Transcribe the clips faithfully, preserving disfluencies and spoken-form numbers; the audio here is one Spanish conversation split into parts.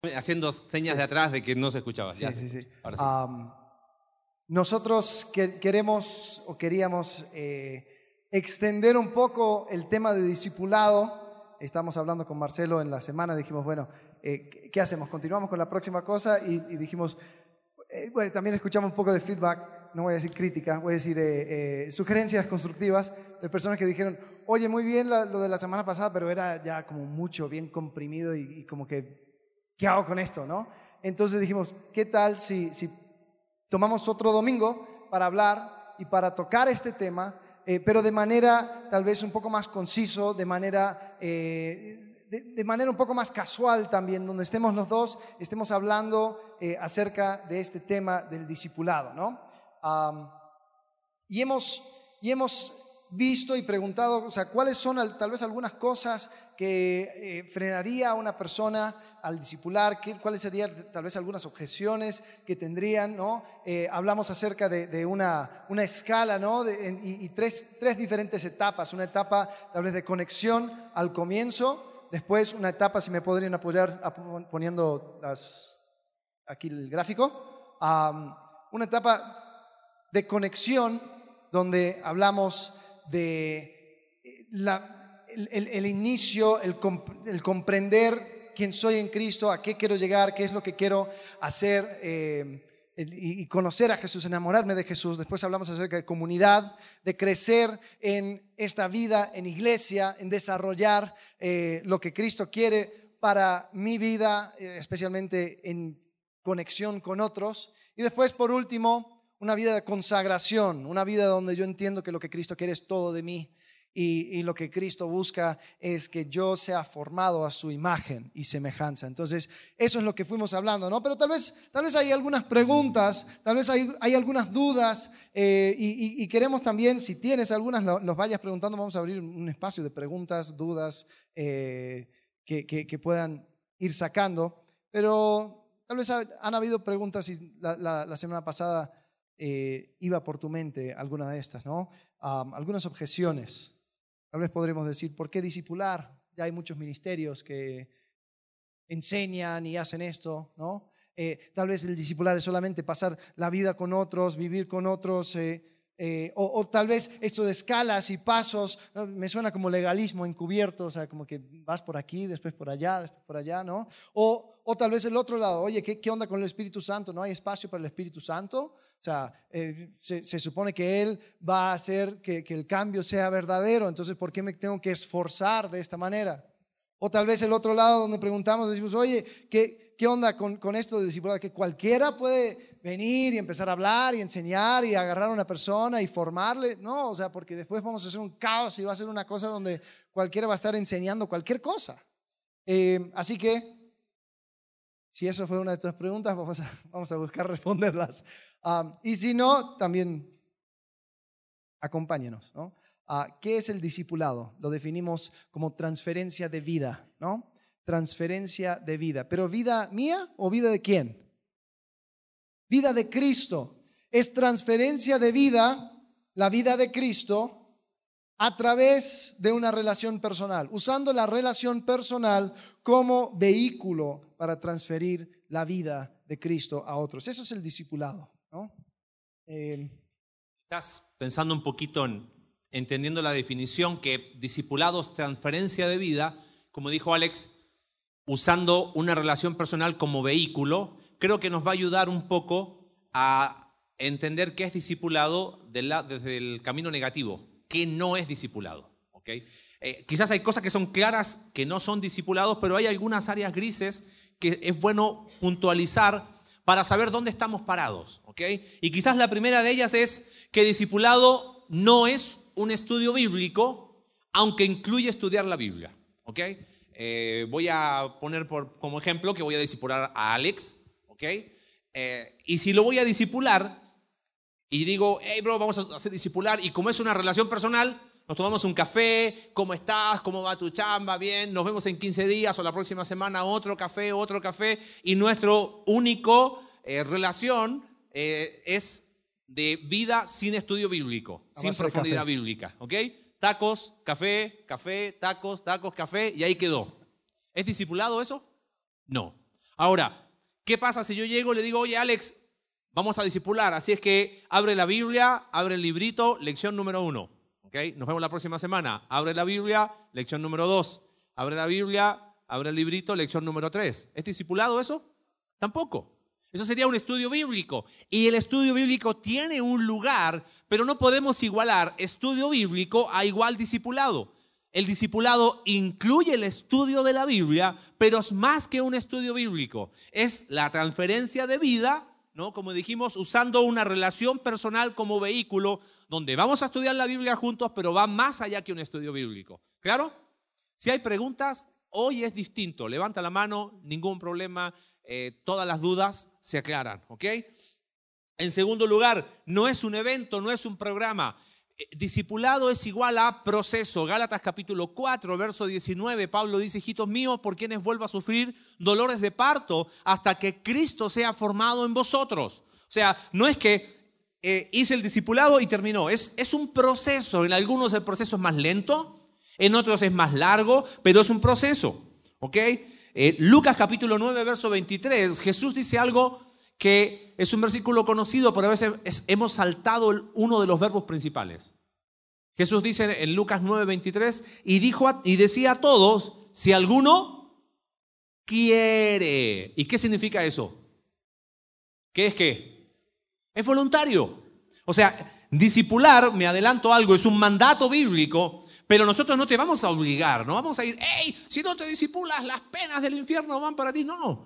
Haciendo señas Sí. de atrás de que no se escuchaba. Sí, Ya sí, se- sí. Ahora sí. Um, nosotros que- queremos o queríamos eh, extender un poco el tema de discipulado. Estamos hablando con Marcelo en la semana, dijimos, bueno, eh, ¿qué- ¿qué hacemos? ¿Continuamos con la próxima cosa? Y, y dijimos, eh, bueno, también escuchamos un poco de feedback, no voy a decir crítica, voy a decir eh, eh, sugerencias constructivas de personas que dijeron, oye, muy bien la- lo de la semana pasada, pero era ya como mucho, bien comprimido y, y como que, ¿qué hago con esto, no? Entonces dijimos, ¿qué tal si, si tomamos otro domingo para hablar y para tocar este tema, eh, pero de manera tal vez un poco más conciso, de manera, eh, de, de manera un poco más casual también, donde estemos los dos, estemos hablando eh, acerca de este tema del discipulado, ¿no? Um, y hemos, y hemos visto y preguntado, o sea, cuáles son al- tal vez algunas cosas que eh, frenaría a una persona al discipular, qué, cuáles serían tal vez algunas objeciones que tendrían, ¿no? Eh, hablamos acerca de, de una, una escala, ¿no? De- en- y y tres, tres diferentes etapas. Una etapa tal vez de conexión al comienzo, después una etapa, si me podrían apoyar ap- poniendo las, aquí el gráfico, um, una etapa de conexión donde hablamos de eh, la, el, el, el inicio, el, comp el comprender quién soy en Cristo, a qué quiero llegar, qué es lo que quiero hacer eh, el, y, y conocer a Jesús, enamorarme de Jesús. Después hablamos acerca de comunidad, de crecer en esta vida, en iglesia, en desarrollar eh, lo que Cristo quiere para mi vida, eh, especialmente en conexión con otros. Y después, por último, una vida de consagración, una vida donde yo entiendo que lo que Cristo quiere es todo de mí y, y lo que Cristo busca es que yo sea formado a su imagen y semejanza. Entonces, eso es lo que fuimos hablando, ¿no? Pero tal vez, tal vez hay algunas preguntas, tal vez hay, hay algunas dudas eh, y, y, y queremos también, si tienes algunas, lo, los vayas preguntando. Vamos a abrir un espacio de preguntas, dudas eh, que, que, que puedan ir sacando. Pero tal vez ha, han habido preguntas y la, la, la semana pasada Eh, iba por tu mente alguna de estas, ¿no? Um, algunas objeciones. Tal vez podremos decir, ¿por qué discipular? Ya hay muchos ministerios que enseñan y hacen esto, ¿no? Eh, tal vez el discipular es solamente pasar la vida con otros, vivir con otros, eh, eh, o, o tal vez esto de escalas y pasos, ¿no? Me suena como legalismo encubierto, o sea, como que vas por aquí, después por allá, después por allá, ¿no? O, o tal vez el otro lado, oye, ¿qué, ¿qué onda con el Espíritu Santo? ¿No hay espacio para el Espíritu Santo? O sea, eh, se, se supone que Él va a hacer que, que el cambio sea verdadero, entonces ¿por qué me tengo que esforzar de esta manera? O tal vez el otro lado donde preguntamos, decimos, oye, ¿qué, qué onda con, con esto de discipulado? Que cualquiera puede venir y empezar a hablar y enseñar y agarrar a una persona y formarle. No, o sea, porque después vamos a hacer un caos y va a ser una cosa donde cualquiera va a estar enseñando cualquier cosa. Eh, así que, si eso fue una de tus preguntas, vamos a, vamos a buscar responderlas. Um, y si no, también acompáñenos, ¿no? Uh, ¿Qué es el discipulado? Lo definimos como transferencia de vida, ¿no? Transferencia de vida. ¿Pero vida mía o vida de quién? Vida de Cristo. Es transferencia de vida, la vida de Cristo, a través de una relación personal, usando la relación personal como vehículo para transferir la vida de Cristo a otros. Eso es el discipulado, ¿no? Eh, Estás pensando un poquito en entendiendo la definición que discipulado es transferencia de vida, como dijo Alex, usando una relación personal como vehículo. Creo que nos va a ayudar un poco a entender qué es discipulado de la, desde el camino negativo, qué no es discipulado, ¿ok? Eh, quizás hay cosas que son claras que no son discipulados, pero hay algunas áreas grises que es bueno puntualizar para saber dónde estamos parados, ¿ok? Y quizás la primera de ellas es que discipulado no es un estudio bíblico, aunque incluye estudiar la Biblia, ¿ok? Eh, voy a poner por, como ejemplo que voy a discipular a Alex, ¿ok? Eh, y si lo voy a discipular y digo, hey bro, vamos a hacer discipular, y como es una relación personal, nos tomamos un café, ¿cómo estás? ¿Cómo va tu chamba? Bien, nos vemos en quince días o la próxima semana, otro café, otro café, y nuestro único eh, relación eh, es de vida sin estudio bíblico, A sin base de profundidad café. bíblica, ¿ok? Tacos, café, café, tacos, tacos, café, y ahí quedó. ¿Es discipulado eso? No. Ahora, ¿qué pasa si yo llego y le digo, oye, Alex, vamos a discipular? Así es que abre la Biblia, abre el librito, lección número uno. ¿Okay? Nos vemos la próxima semana. Abre la Biblia, lección número dos. Abre la Biblia, abre el librito, lección número tres. ¿Es discipulado eso? Tampoco. Eso sería un estudio bíblico. Y el estudio bíblico tiene un lugar, pero no podemos igualar estudio bíblico a igual discipulado. El discipulado incluye el estudio de la Biblia, pero es más que un estudio bíblico. Es la transferencia de vida, ¿no? Como dijimos, usando una relación personal como vehículo, donde vamos a estudiar la Biblia juntos, pero va más allá que un estudio bíblico. ¿Claro? Si hay preguntas, hoy es distinto. Levanta la mano, ningún problema. Eh, todas las dudas se aclaran, ¿ok? En segundo lugar, no es un evento, no es un programa. Eh, discipulado es igual a proceso. Gálatas capítulo cuatro, verso diecinueve, Pablo dice, hijitos míos, por quienes vuelvo a sufrir dolores de parto hasta que Cristo sea formado en vosotros. O sea, no es que eh, hice el discipulado y terminó. Es, es un proceso. En algunos el proceso es más lento, en otros es más largo, pero es un proceso, ¿ok? Eh, Lucas capítulo nueve, verso veintitrés, Jesús dice algo que es un versículo conocido, pero a veces es, hemos saltado el, uno de los verbos principales. Jesús dice en Lucas nueve, veintitrés, y, dijo a, y decía a todos, si alguno quiere. ¿Y qué significa eso? ¿Qué es qué? Es voluntario. O sea, discipular, me adelanto algo, es un mandato bíblico. Pero nosotros no te vamos a obligar, no vamos a ir, hey, si no te discipulas, las penas del infierno van para ti. No,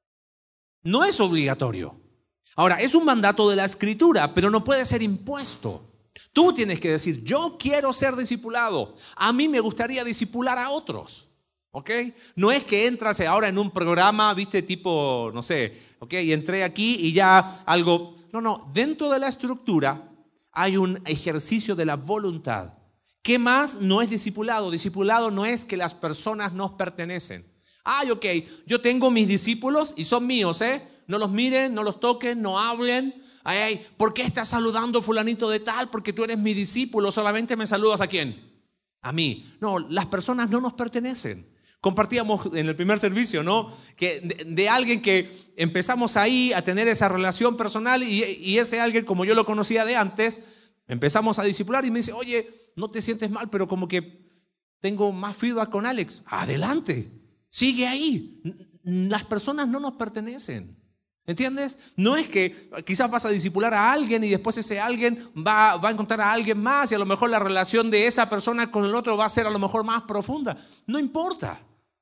no es obligatorio. Ahora, es un mandato de la Escritura, pero no puede ser impuesto. Tú tienes que decir, yo quiero ser discipulado. A mí me gustaría discipular a otros. ¿Ok? No es que entras ahora en un programa, viste, tipo, no sé, ok, y entré aquí y ya algo. No, no, dentro de la estructura hay un ejercicio de la voluntad. ¿Qué más no es discipulado? Discipulado no es que las personas nos pertenecen. Ay, ok, yo tengo mis discípulos y son míos, ¿eh? No los miren, no los toquen, no hablen. Ay, ay, ¿por qué estás saludando fulanito de tal? Porque tú eres mi discípulo, solamente me saludas ¿a quién? A mí. No, las personas no nos pertenecen. Compartíamos en el primer servicio, ¿no? Que de, de alguien que empezamos ahí a tener esa relación personal y, y ese alguien, como yo lo conocía de antes, empezamos a discipular y me dice, oye, no te sientes mal, pero como que tengo más feedback con Alex. Adelante, sigue ahí. Las personas no nos pertenecen. ¿Entiendes? No es que quizás vas a discipular a alguien y después ese alguien va, va a encontrar a alguien más y a lo mejor la relación de esa persona con el otro va a ser a lo mejor más profunda. No importa.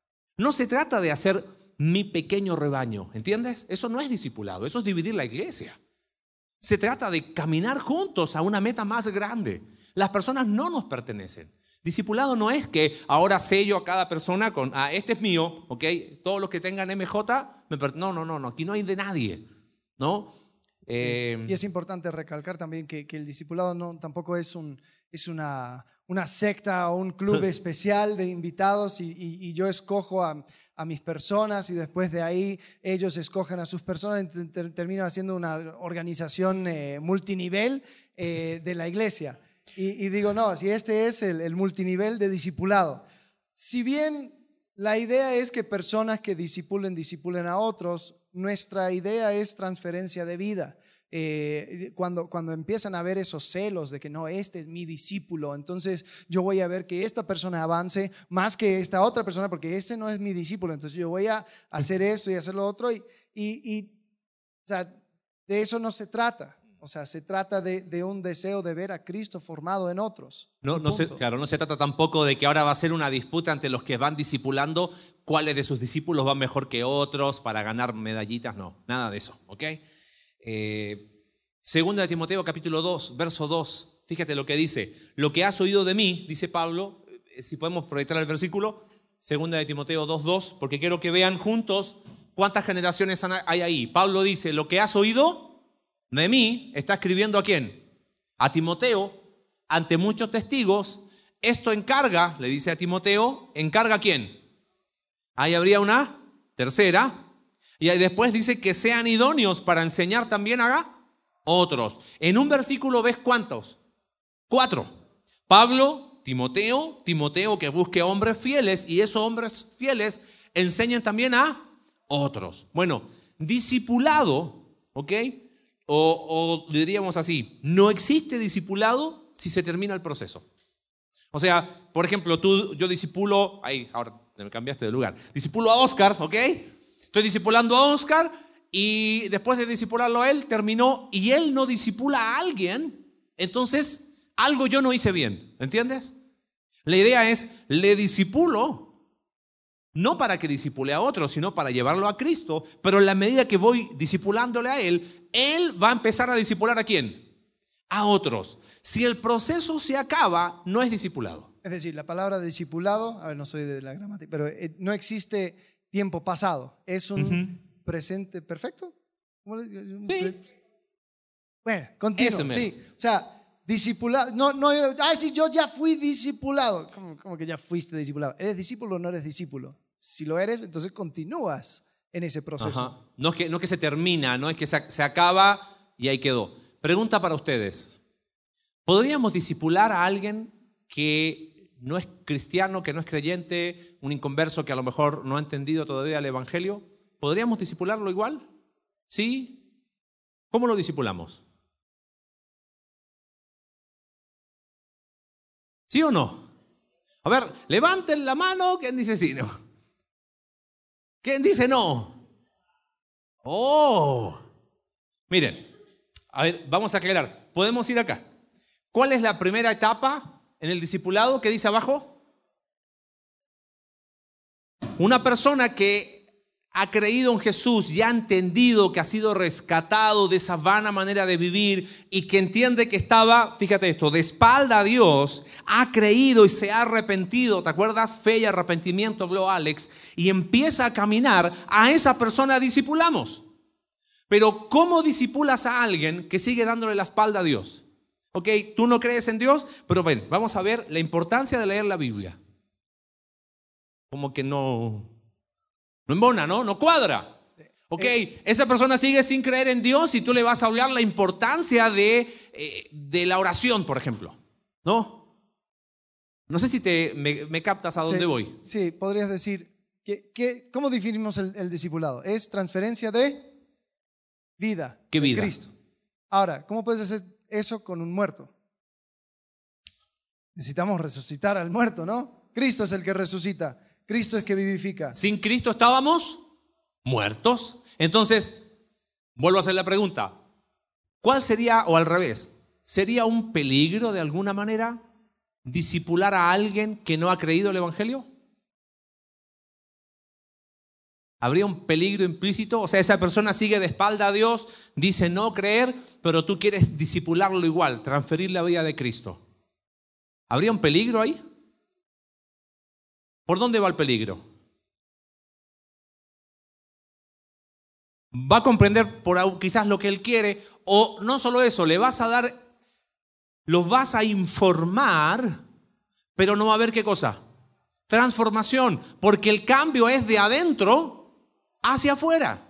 No se trata de hacer mi pequeño rebaño. ¿Entiendes? Eso no es discipulado, eso es dividir la iglesia. Se trata de caminar juntos a una meta más grande. Las personas no nos pertenecen. Discipulado no es que ahora sello a cada persona con, ah, este es mío, ¿ok? Todos los que tengan M J, me per- no, no, no, no, aquí no hay de nadie, ¿no? Eh, sí. Y es importante recalcar también que, que el discipulado no, tampoco es, un, es una, una secta o un club especial de invitados y, y, y yo escojo a, a mis personas y después de ahí ellos escogen a sus personas y ter, termino haciendo una organización eh, multinivel eh, de la iglesia. Y, y digo, no, si este es el, el multinivel de discipulado. Si bien la idea es que personas que discipulen, discipulen a otros, nuestra idea es transferencia de vida. Eh, cuando, cuando empiezan a ver esos celos de que no, este es mi discípulo, entonces yo voy a ver que esta persona avance más que esta otra persona porque este no es mi discípulo, entonces yo voy a hacer esto y hacer lo otro. Y, y, y o sea, de eso no se trata. O sea, se trata de, de un deseo de ver a Cristo formado en otros. No, no se, claro, no se trata tampoco de que ahora va a ser una disputa entre los que van discipulando, cuáles de sus discípulos van mejor que otros para ganar medallitas. No, nada de eso, ¿ok? Eh, segunda de Timoteo capítulo dos, verso dos. Fíjate lo que dice. Lo que has oído de mí, dice Pablo, eh, si podemos proyectar el versículo, segunda de Timoteo dos, dos, porque quiero que vean juntos cuántas generaciones hay ahí. Pablo dice, lo que has oído de mí, está escribiendo ¿a quién? A Timoteo, ante muchos testigos. Esto encarga, le dice a Timoteo, ¿encarga a quién? Ahí habría una tercera. Y ahí después dice que sean idóneos para enseñar también a otros. En un versículo ves ¿cuántos? Cuatro. Pablo, Timoteo, Timoteo que busque hombres fieles y esos hombres fieles enseñan también a otros. Bueno, discipulado, ¿ok? O, o diríamos así, no existe discipulado si se termina el proceso. O sea, por ejemplo, tú, yo discipulo, ahí, ahora me cambiaste de lugar, discipulo a Oscar, ¿ok? Estoy discipulando a Oscar y después de discipularlo a él, terminó y él no discipula a alguien, entonces algo yo no hice bien, ¿entiendes? La idea es, le discipulo, no para que discipule a otro, sino para llevarlo a Cristo, pero en la medida que voy discipulándole a él, él va a empezar a discipular ¿a quién? A otros. Si el proceso se acaba, no es discipulado. Es decir, la palabra discipulado, a ver, no soy de la gramática, pero eh, no existe tiempo pasado. Es un uh-huh. presente perfecto. ¿Cómo le digo? Sí. Bueno, continuo, sí. O sea, discipulado. No, no, ah, sí, yo ya fui discipulado. ¿Cómo, cómo que ya fuiste discipulado? ¿Eres discípulo o no eres discípulo? Si lo eres, entonces continúas en ese proceso. Ajá. No es que, no es que se termina, no es que se, se acaba y ahí quedó. Pregunta para ustedes. ¿Podríamos discipular a alguien que no es cristiano, que no es creyente, un inconverso que a lo mejor no ha entendido todavía el evangelio? ¿Podríamos discipularlo igual? ¿Sí? ¿Cómo lo discipulamos? ¿Sí o no? A ver, levanten la mano. ¿Quién dice sí? No. ¿Quién dice no? ¡Oh! Miren, a ver, vamos a aclarar. Podemos ir acá. ¿Cuál es la primera etapa en el discipulado que dice abajo? Una persona que ha creído en Jesús y ha entendido que ha sido rescatado de esa vana manera de vivir y que entiende que estaba, fíjate esto, de espalda a Dios, ha creído y se ha arrepentido, ¿te acuerdas? Fe y arrepentimiento, habló Alex, y empieza a caminar, a esa persona discipulamos. Pero ¿cómo discipulas a alguien que sigue dándole la espalda a Dios? Ok, tú no crees en Dios, pero ven, vamos a ver la importancia de leer la Biblia. Como que no, no embona, ¿no? No cuadra. Ok, esa persona sigue sin creer en Dios y tú le vas a hablar la importancia de, eh, de la oración, por ejemplo. ¿No? No sé si te, me, me captas a dónde sí, voy. Sí, podrías decir, que, que, ¿cómo definimos el, el discipulado? Es transferencia de vida. ¿Qué vida? De Cristo. Ahora, ¿cómo puedes hacer eso con un muerto? Necesitamos resucitar al muerto, ¿no? Cristo es el que resucita. Cristo es el que vivifica. Sin Cristo estábamos muertos. Entonces, vuelvo a hacer la pregunta. ¿Cuál sería, o al revés, sería un peligro de alguna manera discipular a alguien que no ha creído el evangelio? ¿Habría un peligro implícito? O sea, esa persona sigue de espalda a Dios, dice no creer, pero tú quieres discipularlo igual, transferir la vida de Cristo. ¿Habría un peligro ahí? ¿Por dónde va el peligro? Va a comprender por quizás lo que él quiere, o no solo eso, le vas a dar, los vas a informar, pero no va a haber ¿qué cosa? Transformación, porque el cambio es de adentro hacia afuera.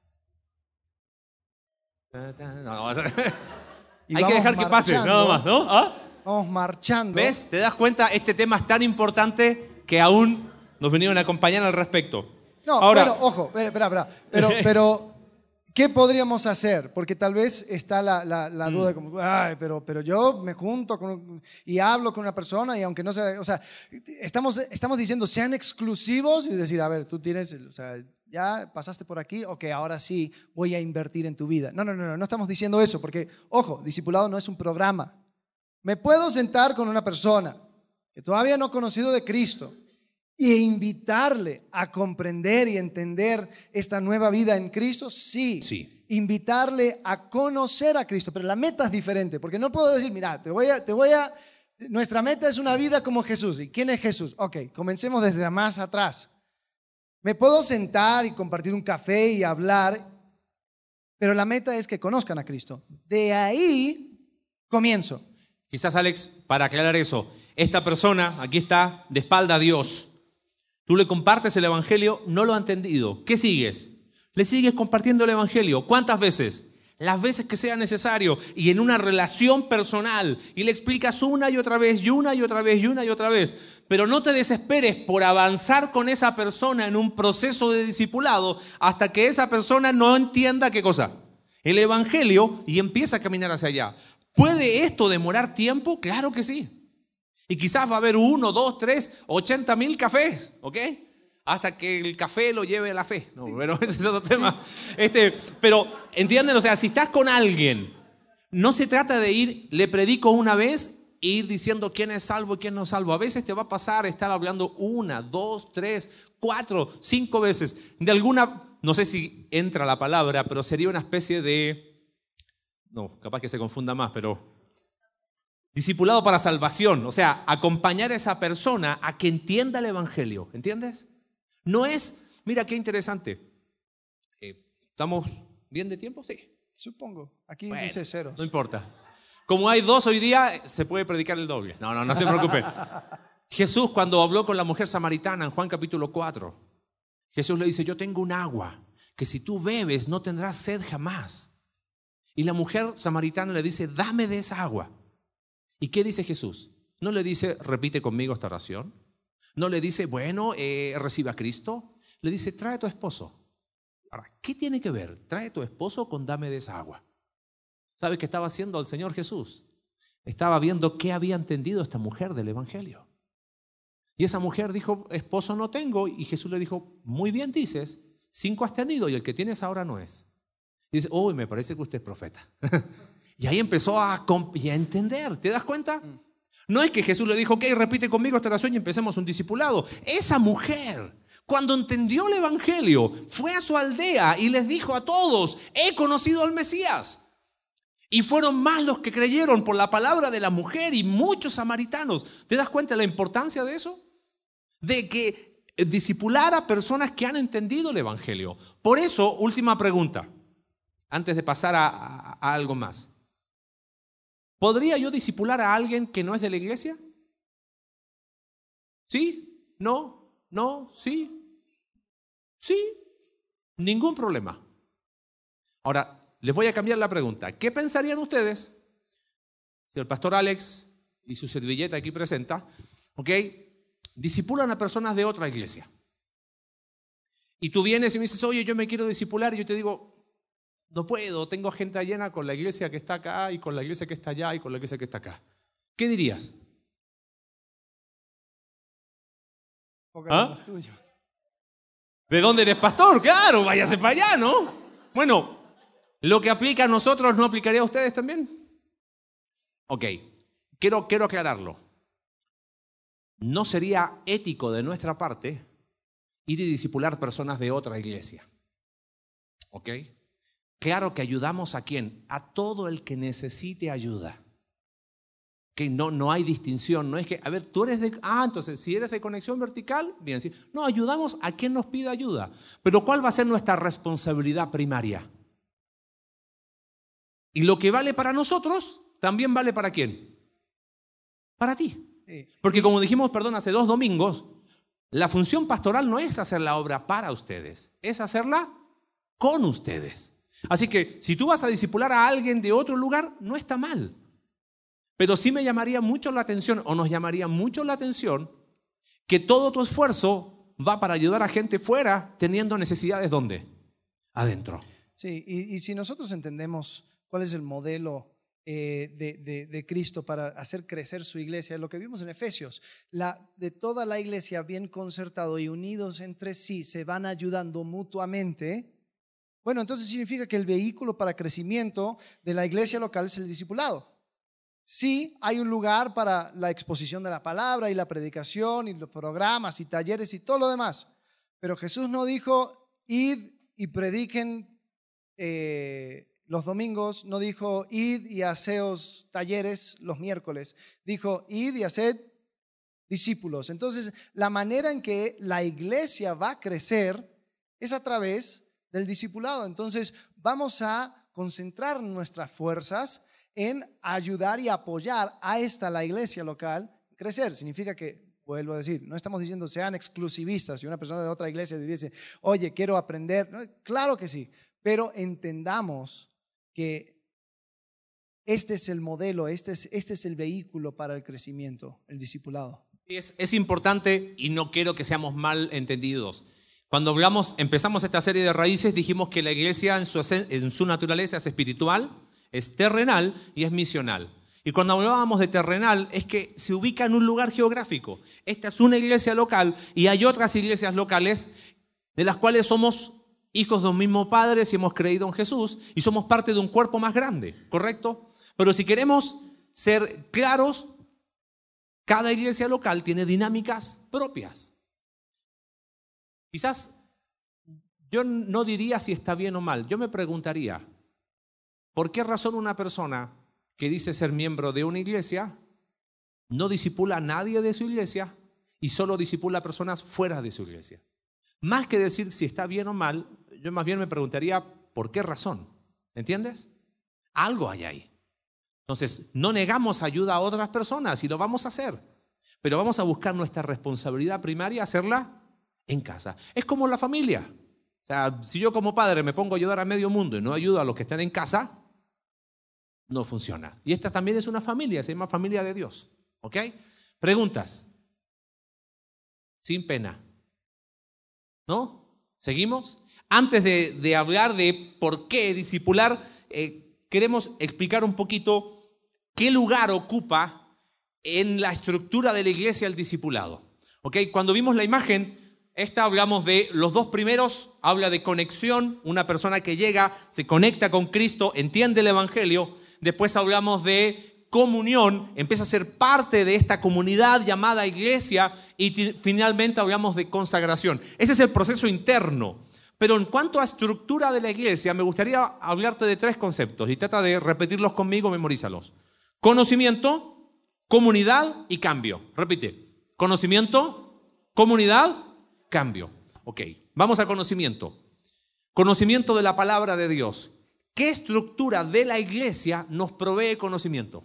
No, hay que dejar que pase, nada más, ¿no? ¿Ah? Vamos marchando. ¿Ves? ¿Te das cuenta? Este tema es tan importante que aún nos vinieron a acompañar al respecto. No, ahora, bueno, ojo, espera, espera, espera. Pero, pero, ¿qué podríamos hacer? Porque tal vez está la, la, la duda de como, ay, pero, pero yo me junto con, y hablo con una persona y aunque no sea, o sea, estamos, estamos diciendo sean exclusivos y decir, a ver, tú tienes, o sea, ya pasaste por aquí, ok, ahora sí voy a invertir en tu vida. No, no, no, no, no estamos diciendo eso porque, ojo, discipulado no es un programa. Me puedo sentar con una persona que todavía no ha conocido de Cristo e invitarle a comprender y entender esta nueva vida en Cristo, sí. Sí. Invitarle a conocer a Cristo, pero la meta es diferente, porque no puedo decir, mira, te voy a, te voy a, nuestra meta es una vida como Jesús. ¿Y quién es Jesús? Ok, comencemos desde más atrás. Me puedo sentar y compartir un café y hablar, pero la meta es que conozcan a Cristo. De ahí comienzo. Quizás, Alex, para aclarar eso, esta persona, aquí está, de espalda a Dios. Tú le compartes el evangelio, no lo ha entendido. ¿Qué sigues? Le sigues compartiendo el evangelio. ¿Cuántas veces? las veces que sea necesario y en una relación personal y le explicas una y otra vez y una y otra vez y una y otra vez. Pero no te desesperes por avanzar con esa persona en un proceso de discipulado hasta que esa persona no entienda qué cosa, el evangelio, y empieza a caminar hacia allá. ¿Puede esto demorar tiempo? Claro que sí. Y quizás va a haber uno, dos, tres, ochenta mil cafés, ¿ok? Hasta que el café lo lleve a la fe. No, pero ese es otro tema. Este, pero entienden, o sea, si estás con alguien, no se trata de ir, le predico una vez e ir diciendo quién es salvo y quién no es salvo. A veces te va a pasar estar hablando una, dos, tres, cuatro, cinco veces. De alguna, no sé si entra la palabra, pero sería una especie de, no, capaz que se confunda más, pero discipulado para salvación. O sea, acompañar a esa persona a que entienda el evangelio. ¿Entiendes? No es, mira qué interesante. Eh, ¿Estamos bien de tiempo? Sí. Supongo. Aquí Bueno, dice ceros. no importa. Como hay dos hoy día, se puede predicar el doble. No, no, no se preocupe. Jesús, cuando habló con la mujer samaritana en Juan capítulo cuatro, Jesús le dice, yo tengo un agua que si tú bebes no tendrás sed jamás. Y la mujer samaritana le dice, dame de esa agua. ¿Y qué dice Jesús? No le dice, repite conmigo esta oración. No le dice, bueno, eh, recibe a Cristo. Le dice, trae a tu esposo. Ahora, ¿qué tiene que ver? Trae a tu esposo con dame de esa agua. ¿Sabe qué estaba haciendo el Señor Jesús? Estaba viendo qué había entendido esta mujer del evangelio. Y esa mujer dijo, esposo no tengo. Y Jesús le dijo, muy bien dices, cinco has tenido y el que tienes ahora no es. Y dice, uy, me parece que usted es profeta. Y ahí empezó a, y a entender. ¿Te das cuenta? No es que Jesús le dijo, ok, repite conmigo esta oración y empecemos un discipulado. Esa mujer, cuando entendió el evangelio, fue a su aldea y les dijo a todos, he conocido al Mesías. Y fueron más los que creyeron por la palabra de la mujer y muchos samaritanos. ¿Te das cuenta de la importancia de eso? De que discipular a personas que han entendido el evangelio. Por eso, última pregunta, antes de pasar a, a, a algo más. ¿Podría yo discipular a alguien que no es de la iglesia? ¿Sí? ¿No? ¿No? ¿Sí? ¿Sí? Ningún problema. Ahora, les voy a cambiar la pregunta. ¿Qué pensarían ustedes si el pastor Alex y su servilleta aquí presenta, ok, discipulan a personas de otra iglesia? Y tú vienes y me dices, oye, yo me quiero discipular, y yo te digo, no puedo, tengo agenda llena con la iglesia que está acá y con la iglesia que está allá y con la iglesia que está acá. ¿Qué dirías? ¿Ah? ¿De dónde eres pastor? Claro, váyase para allá, ¿no? Bueno, ¿lo que aplica a nosotros no aplicaría a ustedes también? Ok, quiero, quiero aclararlo. No sería ético de nuestra parte ir y discipular personas de otra iglesia. ¿Ok? Claro que ayudamos a quién, a todo el que necesite ayuda. Que no, no hay distinción, no es que, a ver, tú eres de, ah, entonces si eres de conexión vertical, bien, sí. No, ayudamos a quien nos pida ayuda. Pero ¿cuál va a ser nuestra responsabilidad primaria? Y lo que vale para nosotros, también vale para quién. Para ti. Porque como dijimos, perdón, hace dos domingos, la función pastoral no es hacer la obra para ustedes, es hacerla con ustedes. Así que si tú vas a discipular a alguien de otro lugar, no está mal. Pero sí me llamaría mucho la atención, o nos llamaría mucho la atención, que todo tu esfuerzo va para ayudar a gente fuera teniendo necesidades, ¿dónde? Adentro. Sí, y, y si nosotros entendemos cuál es el modelo eh, de, de, de Cristo para hacer crecer su iglesia, lo que vimos en Efesios, la, de toda la iglesia bien concertado y unidos entre sí, se van ayudando mutuamente. Bueno, entonces significa que el vehículo para crecimiento de la iglesia local es el discipulado. Sí, hay un lugar para la exposición de la palabra y la predicación y los programas y talleres y todo lo demás. Pero Jesús no dijo, id y prediquen eh, los domingos, no dijo, id y haceos talleres los miércoles. Dijo, id y haced discípulos. Entonces, la manera en que la iglesia va a crecer es a través del discipulado. Entonces, vamos a concentrar nuestras fuerzas en ayudar y apoyar a esta, la iglesia local, crecer. Significa que, vuelvo a decir, no estamos diciendo sean exclusivistas. Si una persona de otra iglesia dice, oye, quiero aprender, claro que sí, pero entendamos que este es el modelo, este es, este es el vehículo para el crecimiento, el discipulado. Es, es importante y no quiero que seamos mal entendidos. Cuando hablamos, empezamos esta serie de raíces, dijimos que la iglesia en su, en su naturaleza es espiritual, es terrenal y es misional. Y cuando hablábamos de terrenal es que se ubica en un lugar geográfico. Esta es una iglesia local y hay otras iglesias locales de las cuales somos hijos de un mismo Padre si hemos creído en Jesús y somos parte de un cuerpo más grande, ¿correcto? Pero si queremos ser claros, cada iglesia local tiene dinámicas propias. Quizás yo no diría si está bien o mal, yo me preguntaría, ¿por qué razón una persona que dice ser miembro de una iglesia no discipula a nadie de su iglesia y solo discipula a personas fuera de su iglesia? Más que decir si está bien o mal, yo más bien me preguntaría ¿por qué razón? ¿Entiendes? Algo hay ahí. Entonces, no negamos ayuda a otras personas y lo vamos a hacer, pero vamos a buscar nuestra responsabilidad primaria, hacerla en casa. Es como la familia. O sea, si yo como padre me pongo a ayudar a medio mundo y no ayudo a los que están en casa, no funciona. Y esta también es una familia, se llama familia de Dios. ¿Ok? Preguntas. Sin pena. ¿No? ¿Seguimos? Antes de, de hablar de por qué discipular, eh, queremos explicar un poquito qué lugar ocupa en la estructura de la iglesia el discipulado. ¿Ok? Cuando vimos la imagen, esta hablamos de los dos primeros, habla de conexión, una persona que llega, se conecta con Cristo, entiende el evangelio. Después hablamos de comunión, empieza a ser parte de esta comunidad llamada iglesia y t- finalmente hablamos de consagración. Ese es el proceso interno. Pero en cuanto a estructura de la iglesia, me gustaría hablarte de tres conceptos y trata de repetirlos conmigo, memorízalos. Conocimiento, comunidad y cambio. Repite. Conocimiento, comunidad, cambio. Ok, vamos a conocimiento. Conocimiento de la palabra de Dios. ¿Qué estructura de la iglesia nos provee conocimiento?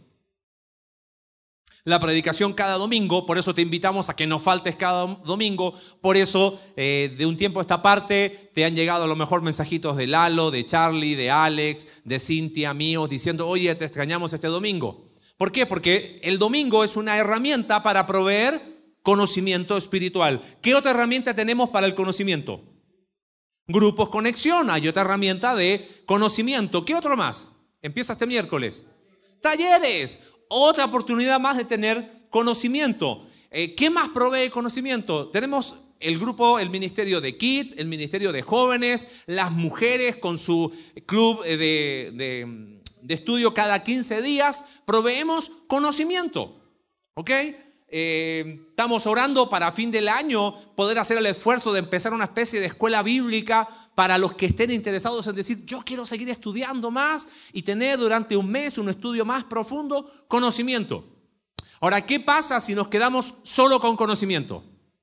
La predicación cada domingo, por eso te invitamos a que no faltes cada domingo, por eso eh, de un tiempo a esta parte te han llegado a lo mejor mensajitos de Lalo, de Charlie, de Alex, de Cintia, míos, diciendo, oye, te extrañamos este domingo. ¿Por qué? Porque el domingo es una herramienta para proveer conocimiento espiritual. ¿Qué otra herramienta tenemos para el conocimiento? Grupos Conexión, hay otra herramienta de conocimiento. ¿Qué otro más? Empieza este miércoles. Talleres, otra oportunidad más de tener conocimiento. Eh, ¿Qué más provee conocimiento? Tenemos el grupo, el ministerio de Kids, el ministerio de jóvenes, las mujeres con su club de, de, de estudio cada quince días. Proveemos conocimiento, ¿ok? Eh, estamos orando para fin del año poder hacer el esfuerzo de empezar una especie de escuela bíblica para los que estén interesados en decir, yo quiero seguir estudiando más y tener durante un mes un estudio más profundo, conocimiento. Ahora, ¿qué pasa si nos quedamos solo con conocimiento?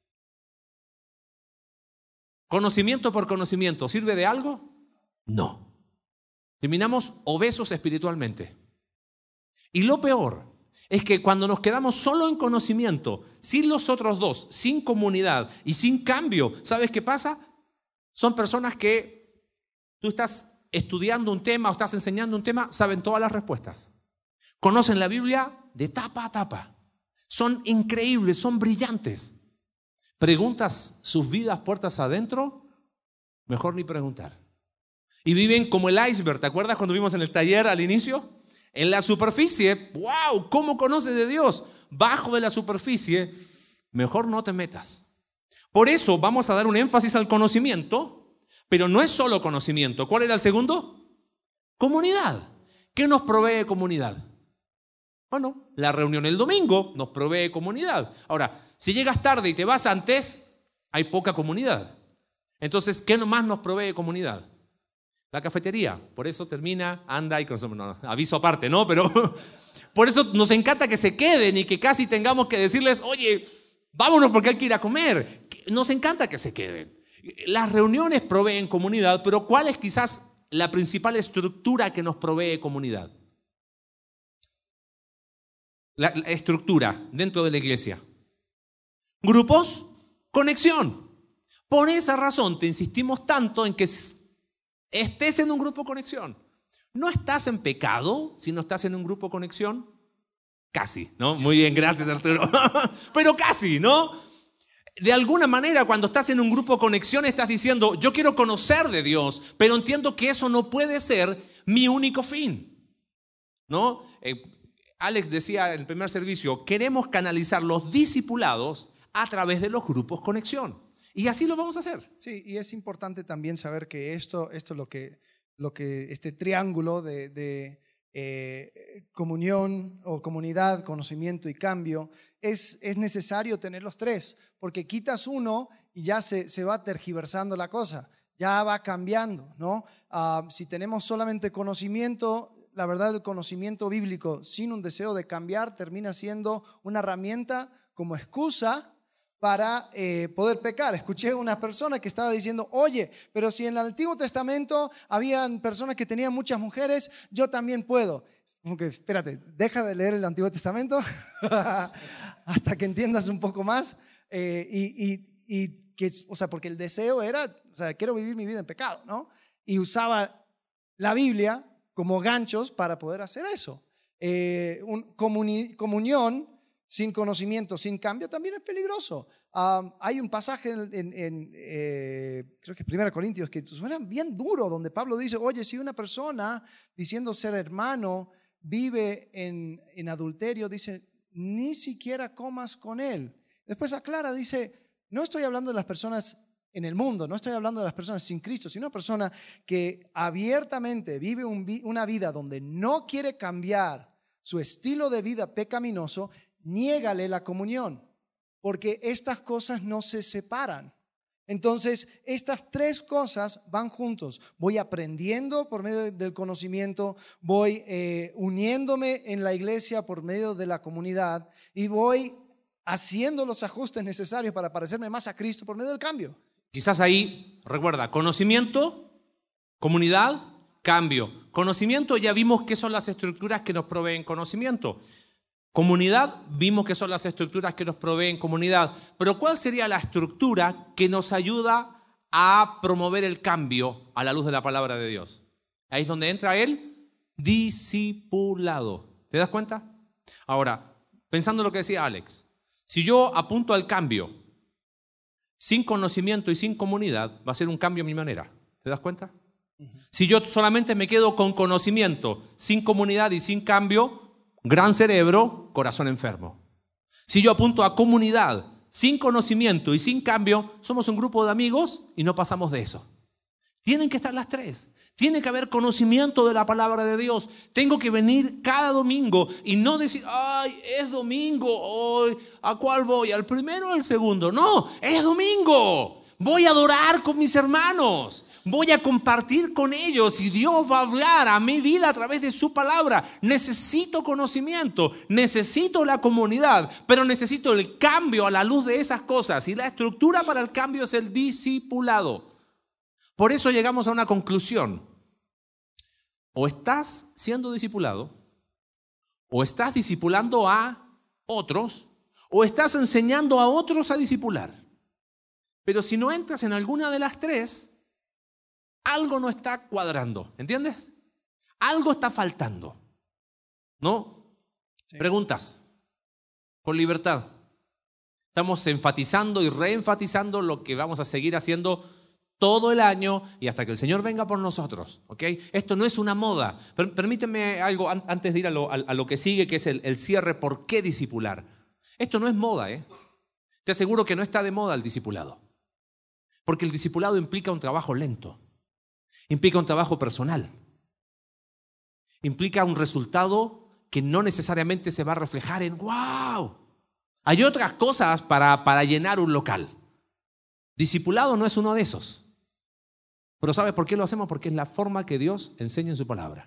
¿Conocimiento por conocimiento sirve de algo? No. Terminamos obesos espiritualmente. Y lo peor es que cuando nos quedamos solo en conocimiento, sin los otros dos, sin comunidad y sin cambio, ¿sabes qué pasa? Son personas que tú estás estudiando un tema o estás enseñando un tema, saben todas las respuestas. Conocen la Biblia de tapa a tapa. Son increíbles, son brillantes. Preguntas sus vidas puertas adentro, mejor ni preguntar. Y viven como el iceberg. ¿Te acuerdas cuando vimos en el taller al inicio? En la superficie, wow, ¿cómo conoces de Dios? Bajo de la superficie, mejor no te metas. Por eso vamos a dar un énfasis al conocimiento, pero no es solo conocimiento. ¿Cuál era el segundo? Comunidad. ¿Qué nos provee comunidad? Bueno, la reunión el domingo nos provee comunidad. Ahora, si llegas tarde y te vas antes, hay poca comunidad. Entonces, ¿qué más nos provee comunidad? La cafetería. Por eso termina, anda y consume. No, aviso aparte, ¿no? Pero por eso nos encanta que se queden y que casi tengamos que decirles, oye, vámonos porque hay que ir a comer. Nos encanta que se queden. Las reuniones proveen comunidad, pero ¿cuál es quizás la principal estructura que nos provee comunidad? La, la estructura dentro de la iglesia. Grupos, conexión. Por esa razón te insistimos tanto en que estés en un grupo conexión. ¿No estás en pecado si no estás en un grupo conexión? Casi, ¿no? Muy bien, gracias Arturo. Pero casi, ¿no? De alguna manera, cuando estás en un grupo conexión, estás diciendo, yo quiero conocer de Dios, pero entiendo que eso no puede ser mi único fin, ¿no? Eh, Alex decía en el primer servicio, queremos canalizar los discipulados a través de los grupos conexión. Y así lo vamos a hacer. Sí, y es importante también saber que esto, esto lo que, lo que este triángulo de, de eh, comunión o comunidad, conocimiento y cambio, es, es necesario tener los tres, porque quitas uno y ya se, se va tergiversando la cosa, ya va cambiando, ¿no? Uh, si tenemos solamente conocimiento, la verdad el conocimiento bíblico sin un deseo de cambiar termina siendo una herramienta como excusa para eh, poder pecar. Escuché a una persona que estaba diciendo, oye, pero si en el Antiguo Testamento habían personas que tenían muchas mujeres, yo también puedo. Como que, espérate, deja de leer el Antiguo Testamento hasta que entiendas un poco más. Eh, y, y, y que, o sea, porque el deseo era, o sea, quiero vivir mi vida en pecado, ¿no? Y usaba la Biblia como ganchos para poder hacer eso. Eh, un, comuni, comunión sin conocimiento, sin cambio, también es peligroso. Um, hay un pasaje en, en, en eh, creo que es primera Corintios, que suena bien duro, donde Pablo dice, oye, si una persona diciendo ser hermano vive en, en adulterio, dice, ni siquiera comas con él. Después aclara, dice, no estoy hablando de las personas en el mundo, no estoy hablando de las personas sin Cristo, sino una persona que abiertamente vive un, una vida donde no quiere cambiar su estilo de vida pecaminoso, niégale la comunión, porque estas cosas no se separan. Entonces, estas tres cosas van juntos. Voy aprendiendo por medio del conocimiento, voy eh, uniéndome en la iglesia por medio de la comunidad y voy haciendo los ajustes necesarios para parecerme más a Cristo por medio del cambio. Quizás ahí, recuerda, conocimiento, comunidad, cambio. Conocimiento, ya vimos qué son las estructuras que nos proveen conocimiento. Comunidad, vimos que son las estructuras que nos proveen comunidad. Pero ¿cuál sería la estructura que nos ayuda a promover el cambio a la luz de la palabra de Dios? Ahí es donde entra el discipulado. ¿Te das cuenta? Ahora, pensando en lo que decía Alex, si yo apunto al cambio sin conocimiento y sin comunidad, va a ser un cambio a mi manera. ¿Te das cuenta? Uh-huh. Si yo solamente me quedo con conocimiento, sin comunidad y sin cambio, gran cerebro, corazón enfermo. Si yo apunto a comunidad, sin conocimiento y sin cambio, somos un grupo de amigos y no pasamos de eso. Tienen que estar las tres. Tiene que haber conocimiento de la palabra de Dios. Tengo que venir cada domingo y no decir, ay, es domingo, hoy, ¿a cuál voy? ¿Al primero o al segundo? No, es domingo. Voy a adorar con mis hermanos. Voy a compartir con ellos y Dios va a hablar a mi vida a través de su palabra. Necesito conocimiento, necesito la comunidad, pero necesito el cambio a la luz de esas cosas. Y la estructura para el cambio es el discipulado. Por eso llegamos a una conclusión. O estás siendo discipulado, o estás discipulando a otros, o estás enseñando a otros a discipular. Pero si no entras en alguna de las tres, algo no está cuadrando, ¿entiendes? Algo está faltando, ¿no? Sí. Preguntas, con libertad. Estamos enfatizando y reenfatizando lo que vamos a seguir haciendo todo el año y hasta que el Señor venga por nosotros, ¿ok? Esto no es una moda. Permíteme algo antes de ir a lo, a lo que sigue, que es el, el cierre. ¿Por qué discipular? Esto no es moda, ¿eh? Te aseguro que no está de moda el discipulado. Porque el discipulado implica un trabajo lento. Implica un trabajo personal. Implica un resultado que no necesariamente se va a reflejar en ¡wow! Hay otras cosas para, para llenar un local. Discipulado no es uno de esos. Pero ¿sabes por qué lo hacemos? Porque es la forma que Dios enseña en su palabra.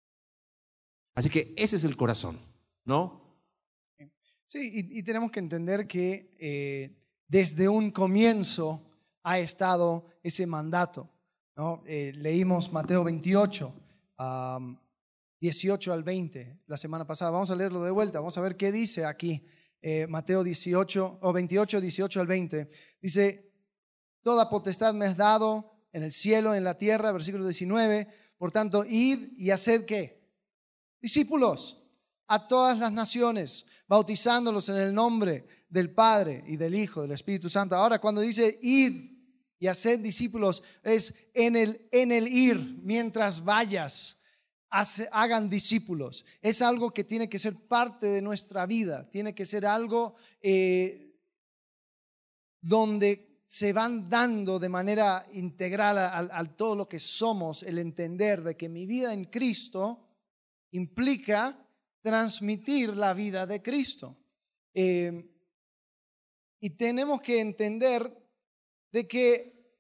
Así que ese es el corazón, ¿no? Sí, y, y tenemos que entender que eh, desde un comienzo ha estado ese mandato, ¿no? Eh, leímos Mateo veintiocho, um, dieciocho al veinte la semana pasada. Vamos a leerlo de vuelta, vamos a ver qué dice aquí. Eh, Mateo dieciocho, o veintiocho, dieciocho al veinte. Dice, toda potestad me has dado en el cielo, en la tierra, versículo diecinueve, Por tanto, id y haced ¿qué? Discípulos a todas las naciones, bautizándolos en el nombre del Padre y del Hijo, del Espíritu Santo. Ahora, cuando dice id y haced discípulos, es en el, en el ir, mientras vayas, hace, hagan discípulos. Es algo que tiene que ser parte de nuestra vida, tiene que ser algo eh, donde se van dando de manera integral a, a, a todo lo que somos, el entender de que mi vida en Cristo implica transmitir la vida de Cristo. Eh, y tenemos que entender de que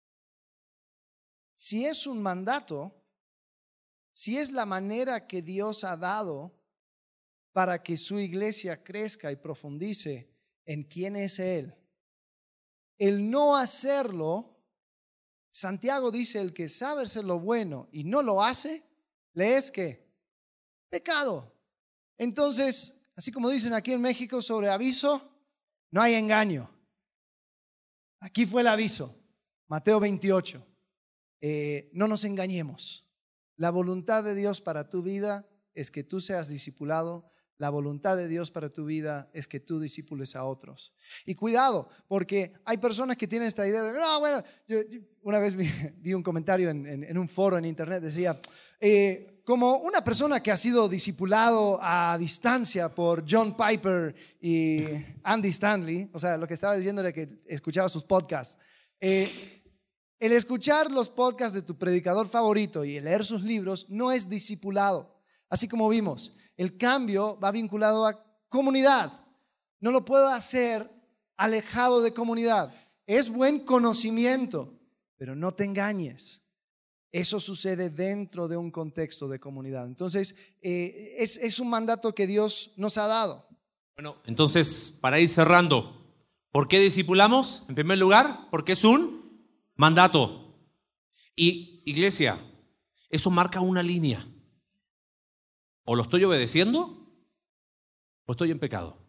si es un mandato, si es la manera que Dios ha dado para que su iglesia crezca y profundice en quién es Él, el no hacerlo, Santiago dice, el que sabe hacer lo bueno y no lo hace, le es ¿qué? Pecado. Entonces, así como dicen aquí en México sobre aviso, no hay engaño. Aquí fue el aviso, Mateo veintiocho. Eh, no nos engañemos. La voluntad de Dios para tu vida es que tú seas discipulado. La voluntad de Dios para tu vida es que tú discípules a otros. Y cuidado, porque hay personas que tienen esta idea de, no, bueno, yo, yo una vez vi, vi un comentario en, en, en un foro en internet, decía, eh, como una persona que ha sido discipulado a distancia por John Piper y Andy Stanley, o sea, lo que estaba diciendo era que escuchaba sus podcasts, eh, el escuchar los podcasts de tu predicador favorito y el leer sus libros no es discipulado, así como vimos. El cambio va vinculado a comunidad. No lo puedo hacer alejado de comunidad. Es buen conocimiento, pero no te engañes. Eso sucede dentro de un contexto de comunidad. Entonces, eh, es, es un mandato que Dios nos ha dado. Bueno, entonces, para ir cerrando, ¿por qué discipulamos? En primer lugar, porque es un mandato. Y, iglesia, eso marca una línea. O lo estoy obedeciendo o estoy en pecado.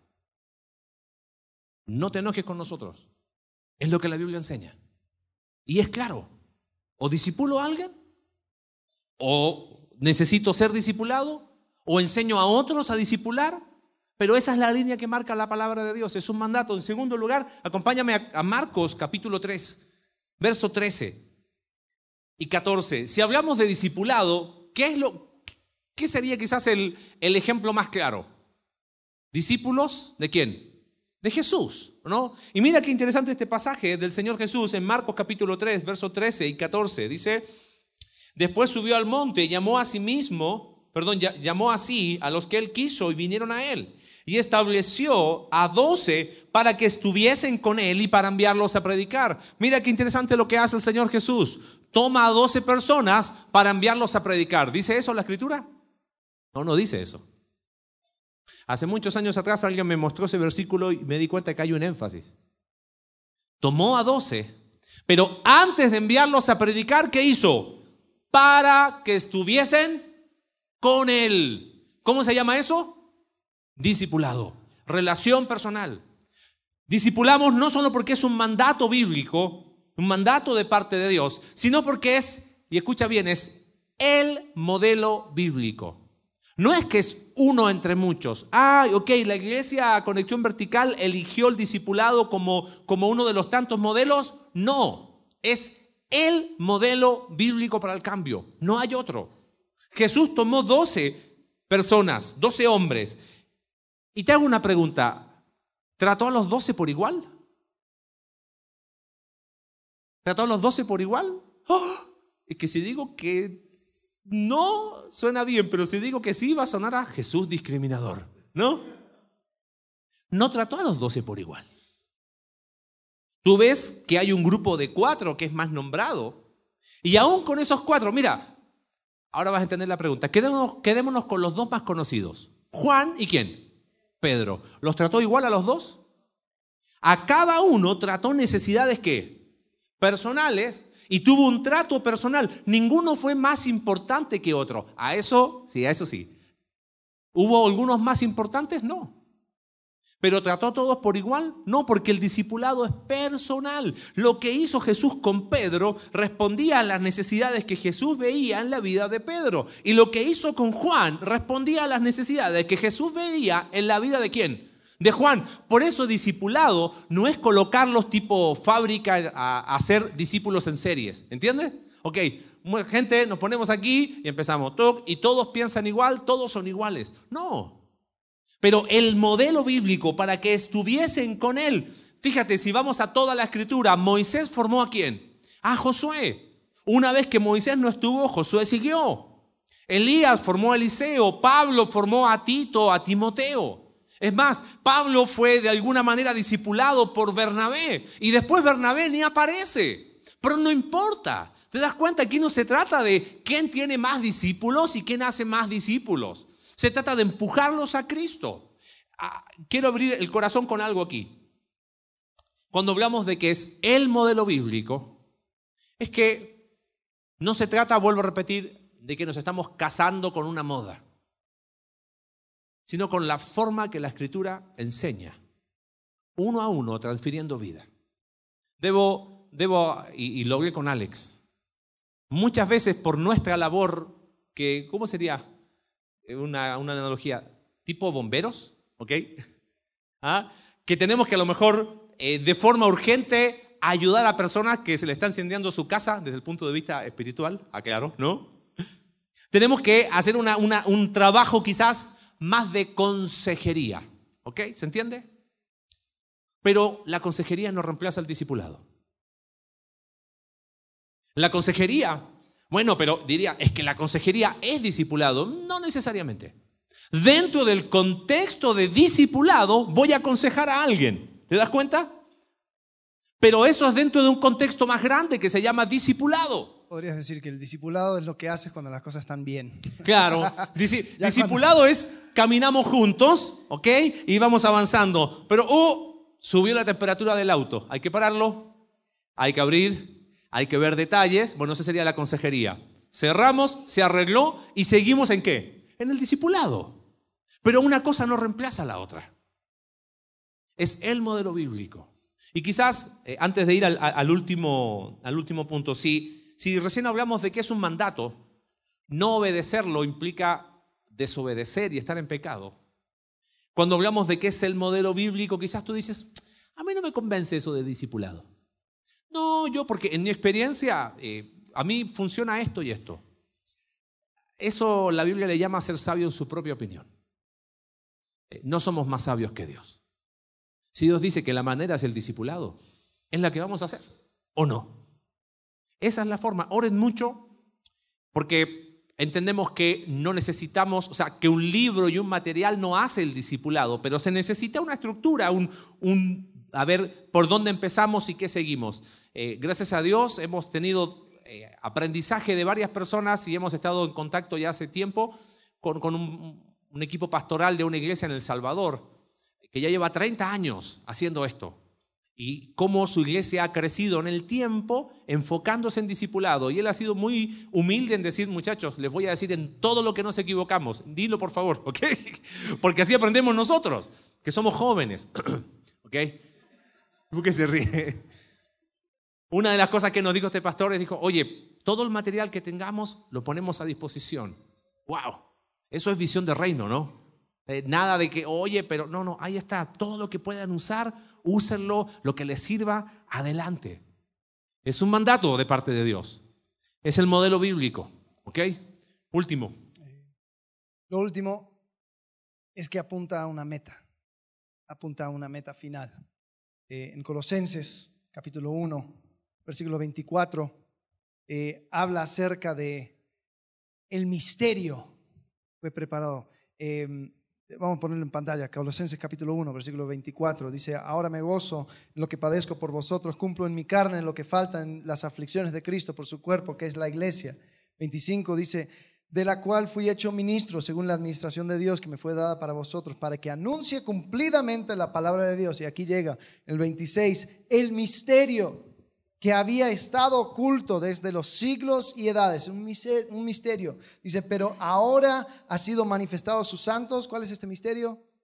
No te enojes con nosotros. Es lo que la Biblia enseña. Y es claro. O discipulo a alguien, o necesito ser discipulado, o enseño a otros a discipular. Pero esa es la línea que marca la palabra de Dios. Es un mandato. En segundo lugar, acompáñame a, a Marcos capítulo tres, verso trece y catorce. Si hablamos de discipulado, ¿qué es lo ¿Qué sería quizás el, el ejemplo más claro? ¿Discípulos de quién? De Jesús, ¿no? Y mira qué interesante este pasaje del Señor Jesús en Marcos capítulo tres, versos trece y catorce. Dice, después subió al monte y llamó a sí mismo, perdón, llamó así a los que él quiso y vinieron a él. Y estableció a doce para que estuviesen con él y para enviarlos a predicar. Mira qué interesante lo que hace el Señor Jesús. Toma a doce personas para enviarlos a predicar. ¿Dice eso la Escritura? No, no dice eso. Hace muchos años atrás alguien me mostró ese versículo y me di cuenta que hay un énfasis. Tomó a doce, pero antes de enviarlos a predicar, ¿qué hizo? Para que estuviesen con él. ¿Cómo se llama eso? Discipulado, relación personal. Discipulamos no solo porque es un mandato bíblico, un mandato de parte de Dios, sino porque es, y escucha bien, es el modelo bíblico. No es que es uno entre muchos. Ah, ok, la iglesia Conexión Vertical eligió el discipulado como, como uno de los tantos modelos. No, es el modelo bíblico para el cambio. No hay otro. Jesús tomó doce personas, doce hombres. Y te hago una pregunta. ¿Trató a los doce por igual? ¿Trató a los doce por igual? ¡Oh! Es que si digo que no, suena bien, pero si digo que sí, va a sonar a Jesús discriminador, ¿no? No trató a los doce por igual. Tú ves que hay un grupo de cuatro que es más nombrado, y aún con esos cuatro, mira, ahora vas a entender la pregunta, quedémonos, quedémonos con los dos más conocidos, Juan y ¿quién? Pedro. ¿Los trató igual a los dos? A cada uno trató necesidades ¿qué? Personales. Y tuvo un trato personal. Ninguno fue más importante que otro. A eso, sí, a eso sí. ¿Hubo algunos más importantes? No. ¿Pero trató a todos por igual? No, porque el discipulado es personal. Lo que hizo Jesús con Pedro respondía a las necesidades que Jesús veía en la vida de Pedro. Y lo que hizo con Juan respondía a las necesidades que Jesús veía en la vida de ¿quién? De Juan. Por eso discipulado no es colocarlos tipo fábrica a, a hacer discípulos en series. ¿Entiendes? Ok, gente, nos ponemos aquí y empezamos. Y todos piensan igual, todos son iguales. No. Pero el modelo bíblico para que estuviesen con él, fíjate, si vamos a toda la escritura, Moisés formó ¿a quién? A Josué. Una vez que Moisés no estuvo, Josué siguió. Elías formó a Eliseo, Pablo formó a Tito, a Timoteo. Es más, Pablo fue de alguna manera discipulado por Bernabé y después Bernabé ni aparece. Pero no importa, ¿te das cuenta? Aquí no se trata de quién tiene más discípulos y quién hace más discípulos. Se trata de empujarlos a Cristo. Ah, quiero abrir el corazón con algo aquí. Cuando hablamos de que es el modelo bíblico, es que no se trata, vuelvo a repetir, de que nos estamos casando con una moda, sino con la forma que la Escritura enseña, uno a uno, transfiriendo vida. Debo, debo y, y lo hablé con Alex, muchas veces por nuestra labor, que, ¿cómo sería? Una, una analogía, tipo bomberos, ¿ok? ¿Ah? Que tenemos que a lo mejor eh, de forma urgente ayudar a personas que se le está incendiando su casa desde el punto de vista espiritual, aclaro, ¿no? Tenemos que hacer una, una, un trabajo quizás más de consejería, ¿ok? ¿Se entiende? Pero la consejería no reemplaza al discipulado. La consejería, bueno, pero diría, es que la consejería es discipulado. No necesariamente. Dentro del contexto de discipulado voy a aconsejar a alguien. ¿Te das cuenta? Pero eso es dentro de un contexto más grande que se llama discipulado. Podrías decir que el discipulado es lo que haces cuando las cosas están bien. Claro, Dis- discipulado cuando... es caminamos juntos, ¿ok? Y vamos avanzando. Pero, oh, subió la temperatura del auto. Hay que pararlo, hay que abrir. Hay que ver detalles. Bueno, esa sería la consejería. Cerramos, se arregló y seguimos ¿en qué? En el discipulado. Pero una cosa no reemplaza a la otra. Es el modelo bíblico. Y quizás, eh, antes de ir al, al, último, al último punto, si, si recién hablamos de que es un mandato, no obedecerlo implica desobedecer y estar en pecado. Cuando hablamos de que es el modelo bíblico, quizás tú dices, a mí no me convence eso de discipulado. No, yo porque en mi experiencia eh, a mí funciona esto y esto. Eso la Biblia le llama ser sabio en su propia opinión. Eh, no somos más sabios que Dios. Si Dios dice que la manera es el discipulado, es la que vamos a hacer, ¿o no? Esa es la forma. Oren mucho porque entendemos que no necesitamos, o sea, que un libro y un material no hace el discipulado, pero se necesita una estructura, un... un a ver por dónde empezamos y qué seguimos. Eh, gracias a Dios hemos tenido eh, aprendizaje de varias personas y hemos estado en contacto ya hace tiempo con, con un, un equipo pastoral de una iglesia en El Salvador que ya lleva treinta años haciendo esto y cómo su iglesia ha crecido en el tiempo enfocándose en discipulado. Y él ha sido muy humilde en decir, muchachos, les voy a decir en todo lo que nos equivocamos. Dilo por favor, ¿ok? Porque así aprendemos nosotros, que somos jóvenes, ¿ok? ¿Por qué se ríe? Una de las cosas que nos dijo este pastor es, dijo, oye, todo el material que tengamos lo ponemos a disposición. ¡Wow! Eso es visión de reino, ¿no? Eh, nada de que, oye, pero no, no, ahí está. Todo lo que puedan usar, úsenlo, lo que les sirva, adelante. Es un mandato de parte de Dios. Es el modelo bíblico, ¿ok? Último. Lo último es que apunta a una meta. Apunta a una meta final. Eh, en Colosenses, capítulo uno, versículo veinticuatro, eh, habla acerca de el misterio que fue preparado. Eh, vamos a ponerlo en pantalla. Colosenses, capítulo uno, versículo veinticuatro, dice, ahora me gozo en lo que padezco por vosotros, cumplo en mi carne en lo que falta en las aflicciones de Cristo por su cuerpo, que es la iglesia. veinticinco dice, de la cual fui hecho ministro según la administración de Dios que me fue dada para vosotros, para que anuncie cumplidamente la palabra de Dios. Y aquí llega el veintiséis, el misterio que había estado oculto desde los siglos y edades, un misterio. Dice, pero ahora ha sido manifestado a sus santos. ¿Cuál es este misterio?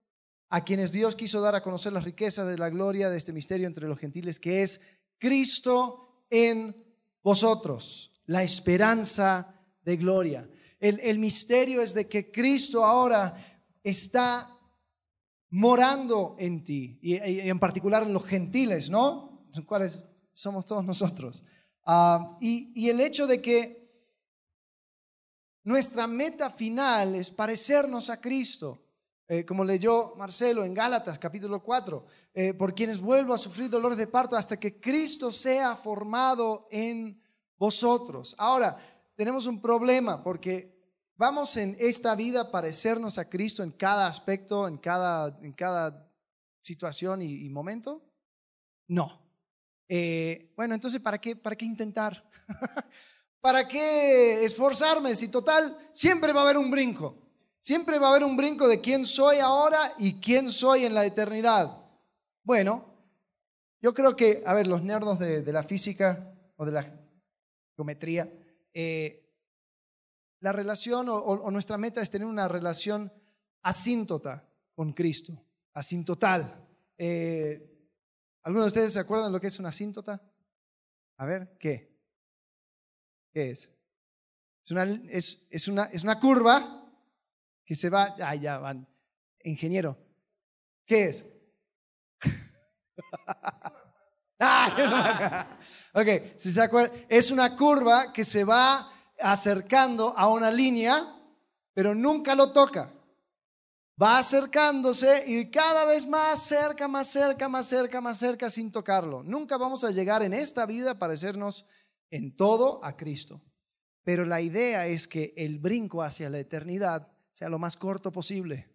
a quienes Dios quiso dar a conocer las riquezas de la gloria de este misterio entre los gentiles, que es Cristo en vosotros, la esperanza de gloria. El, el misterio es de que Cristo ahora está morando en ti, y, y en particular en los gentiles, ¿no? Los cuales somos todos nosotros. Uh, y, y el hecho de que nuestra meta final es parecernos a Cristo. Eh, como leyó Marcelo en Gálatas capítulo cuatro, eh, por quienes vuelvo a sufrir dolores de parto hasta que Cristo sea formado en vosotros. Ahora, tenemos un problema porque vamos en esta vida a parecernos a Cristo en cada aspecto, en cada, en cada situación y, y momento. No. Eh, bueno, entonces, ¿para qué, para qué intentar? ¿Para qué esforzarme si total siempre va a haber un brinco? Siempre va a haber un brinco de quién soy ahora y quién soy en la eternidad. Bueno, yo creo que, a ver, los nerdos de, de la física o de la geometría, eh, la relación o, o nuestra meta es tener una relación asíntota con Cristo, asintotal. Eh, ¿Algunos de ustedes se acuerdan lo que es una asíntota? A ver, ¿qué? ¿Qué es? Es una, es, es una, es una curva que se va, ah, ya van, ingeniero, ¿qué es? ah, ok, si se acuerdan, es una curva que se va acercando a una línea, pero nunca lo toca. Va acercándose y cada vez más cerca, más cerca, más cerca, más cerca sin tocarlo. Nunca vamos a llegar en esta vida a parecernos en todo a Cristo. Pero la idea es que el brinco hacia la eternidad sea lo más corto posible.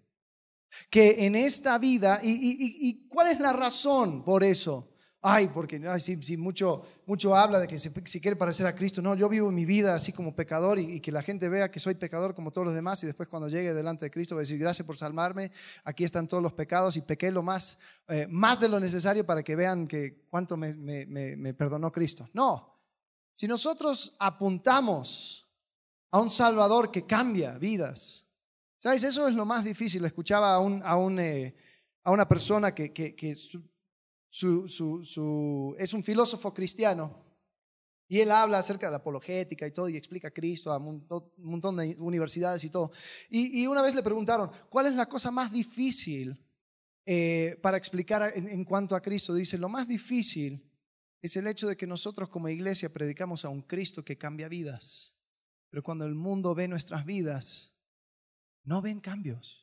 Que en esta vida, y, y, y ¿cuál es la razón por eso? Ay, porque ay, si, si mucho, mucho habla de que si, si quiere parecer a Cristo, no, yo vivo mi vida así como pecador y, y que la gente vea que soy pecador como todos los demás y después cuando llegue delante de Cristo va a decir gracias por salvarme, aquí están todos los pecados y pequé lo más, eh, más de lo necesario para que vean que cuánto me, me, me, me perdonó Cristo. No, si nosotros apuntamos a un Salvador que cambia vidas, ¿sabes? Eso es lo más difícil. Escuchaba a, un, a, un, eh, a una persona que, que, que su, su, su, su, es un filósofo cristiano y él habla acerca de la apologética y todo y explica a Cristo a un, un montón de universidades y todo. Y, y una vez le preguntaron, ¿cuál es la cosa más difícil eh, para explicar en, en cuanto a Cristo? Dice, lo más difícil es el hecho de que nosotros como iglesia predicamos a un Cristo que cambia vidas. Pero cuando el mundo ve nuestras vidas, no ven cambios.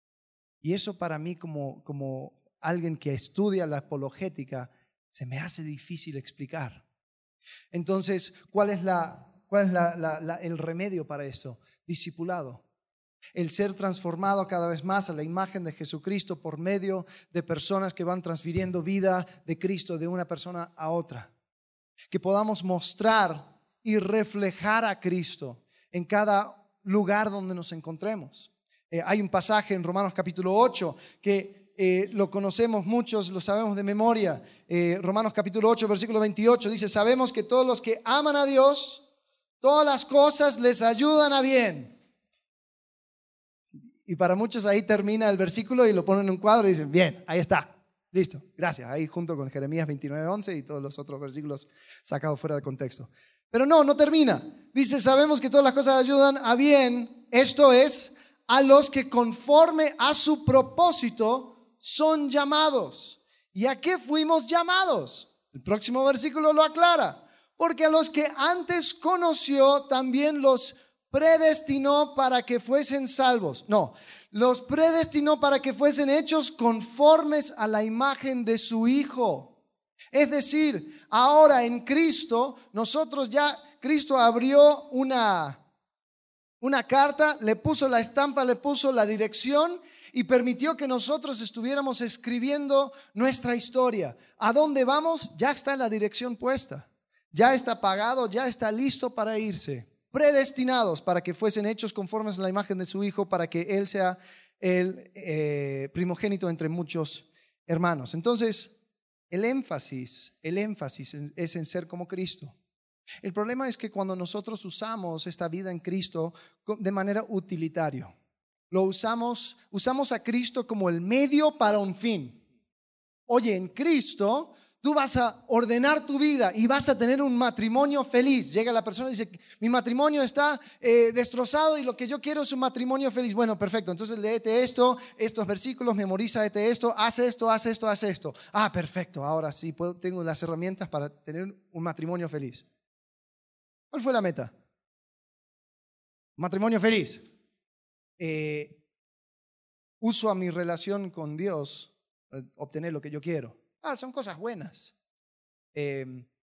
Y eso para mí como, como alguien que estudia la apologética, se me hace difícil explicar. Entonces, ¿cuál es, la, cuál es la, la, la, el remedio para esto? Discipulado. El ser transformado cada vez más a la imagen de Jesucristo por medio de personas que van transfiriendo vida de Cristo de una persona a otra. Que podamos mostrar y reflejar a Cristo en cada lugar donde nos encontremos. Eh, hay un pasaje en Romanos capítulo ocho que eh, lo conocemos muchos, lo sabemos de memoria. Eh, Romanos capítulo ocho, versículo veintiocho dice, sabemos que todos los que aman a Dios, todas las cosas les ayudan a bien. Y para muchos ahí termina el versículo y lo ponen en un cuadro y dicen, bien, ahí está. Listo, gracias. Ahí junto con Jeremías veintinueve, once y todos los otros versículos sacados fuera de contexto. Pero no, no termina. Dice, sabemos que todas las cosas ayudan a bien, esto es, a los que conforme a su propósito son llamados. ¿Y a qué fuimos llamados? El próximo versículo lo aclara. Porque a los que antes conoció también los predestinó para que fuesen salvos. No, los predestinó para que fuesen hechos conformes a la imagen de su Hijo. Es decir, ahora en Cristo, nosotros ya, Cristo abrió una, una carta, le puso la estampa, le puso la dirección y permitió que nosotros estuviéramos escribiendo nuestra historia. ¿A dónde vamos? Ya está en la dirección puesta. Ya está pagado, ya está listo para irse. Predestinados para que fuesen hechos conformes a la imagen de su Hijo, para que Él sea el eh, primogénito entre muchos hermanos. Entonces, el énfasis, el énfasis es en ser como Cristo. El problema es que cuando nosotros usamos esta vida en Cristo de manera utilitaria, Lo usamos, usamos a Cristo como el medio para un fin. Oye, en Cristo tú vas a ordenar tu vida y vas a tener un matrimonio feliz. Llega la persona y dice, mi matrimonio está eh, destrozado y lo que yo quiero es un matrimonio feliz. Bueno, perfecto, entonces léete esto, estos versículos, memorízate esto, haz esto, haz esto, haz esto. Ah, perfecto, ahora sí puedo, tengo las herramientas para tener un matrimonio feliz. ¿Cuál fue la meta? Matrimonio feliz. Eh, uso a mi relación con Dios para obtener lo que yo quiero. Ah, son cosas buenas. Eh,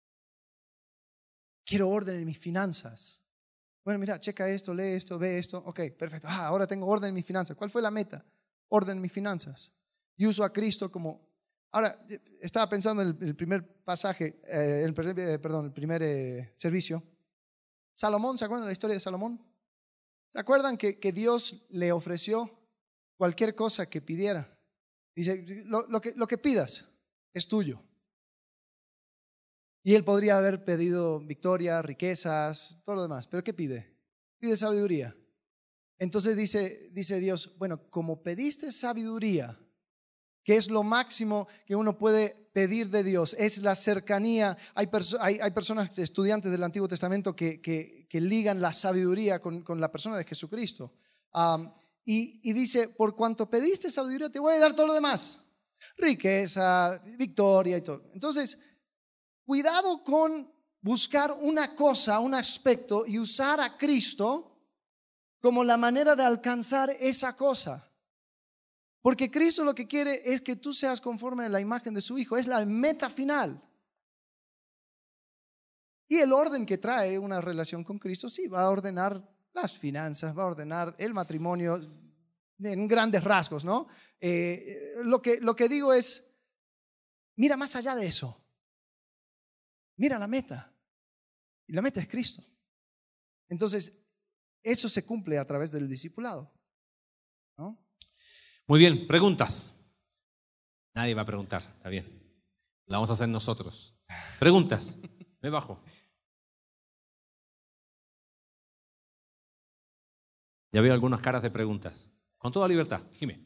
quiero orden en mis finanzas. Bueno, mira, checa esto, lee esto, ve esto. Ok, perfecto. Ah, ahora tengo orden en mis finanzas. ¿Cuál fue la meta? Orden en mis finanzas. Y uso a Cristo como... Ahora, estaba pensando en el, el primer pasaje, eh, el, eh, perdón, el primer eh, servicio. Salomón, ¿se acuerdan de la historia de Salomón? ¿Se acuerdan que, que Dios le ofreció cualquier cosa que pidiera? Dice, lo, lo, que, lo que pidas es tuyo. Y él podría haber pedido victoria, riquezas, todo lo demás. ¿Pero qué pide? Pide sabiduría. Entonces dice, dice Dios, bueno, como pediste sabiduría, que es lo máximo que uno puede pedir de Dios, es la cercanía. Hay, perso- hay, hay personas, estudiantes del Antiguo Testamento, que, que, que ligan la sabiduría con, con la persona de Jesucristo. Um, y, y dice, por cuanto pediste sabiduría, te voy a dar todo lo demás. Riqueza, victoria y todo. Entonces, cuidado con buscar una cosa, un aspecto y usar a Cristo como la manera de alcanzar esa cosa. Porque Cristo lo que quiere es que tú seas conforme a la imagen de su Hijo. Es la meta final. Y el orden que trae una relación con Cristo, sí, va a ordenar las finanzas, va a ordenar el matrimonio en grandes rasgos, ¿no? Eh, lo que, lo que digo es, mira más allá de eso. Mira la meta. Y la meta es Cristo. Entonces, eso se cumple a través del discipulado, ¿no? Muy bien, preguntas. Nadie va a preguntar, está bien. La vamos a hacer nosotros. Preguntas. Me bajo. Ya veo algunas caras de preguntas. Con toda libertad, Jimé.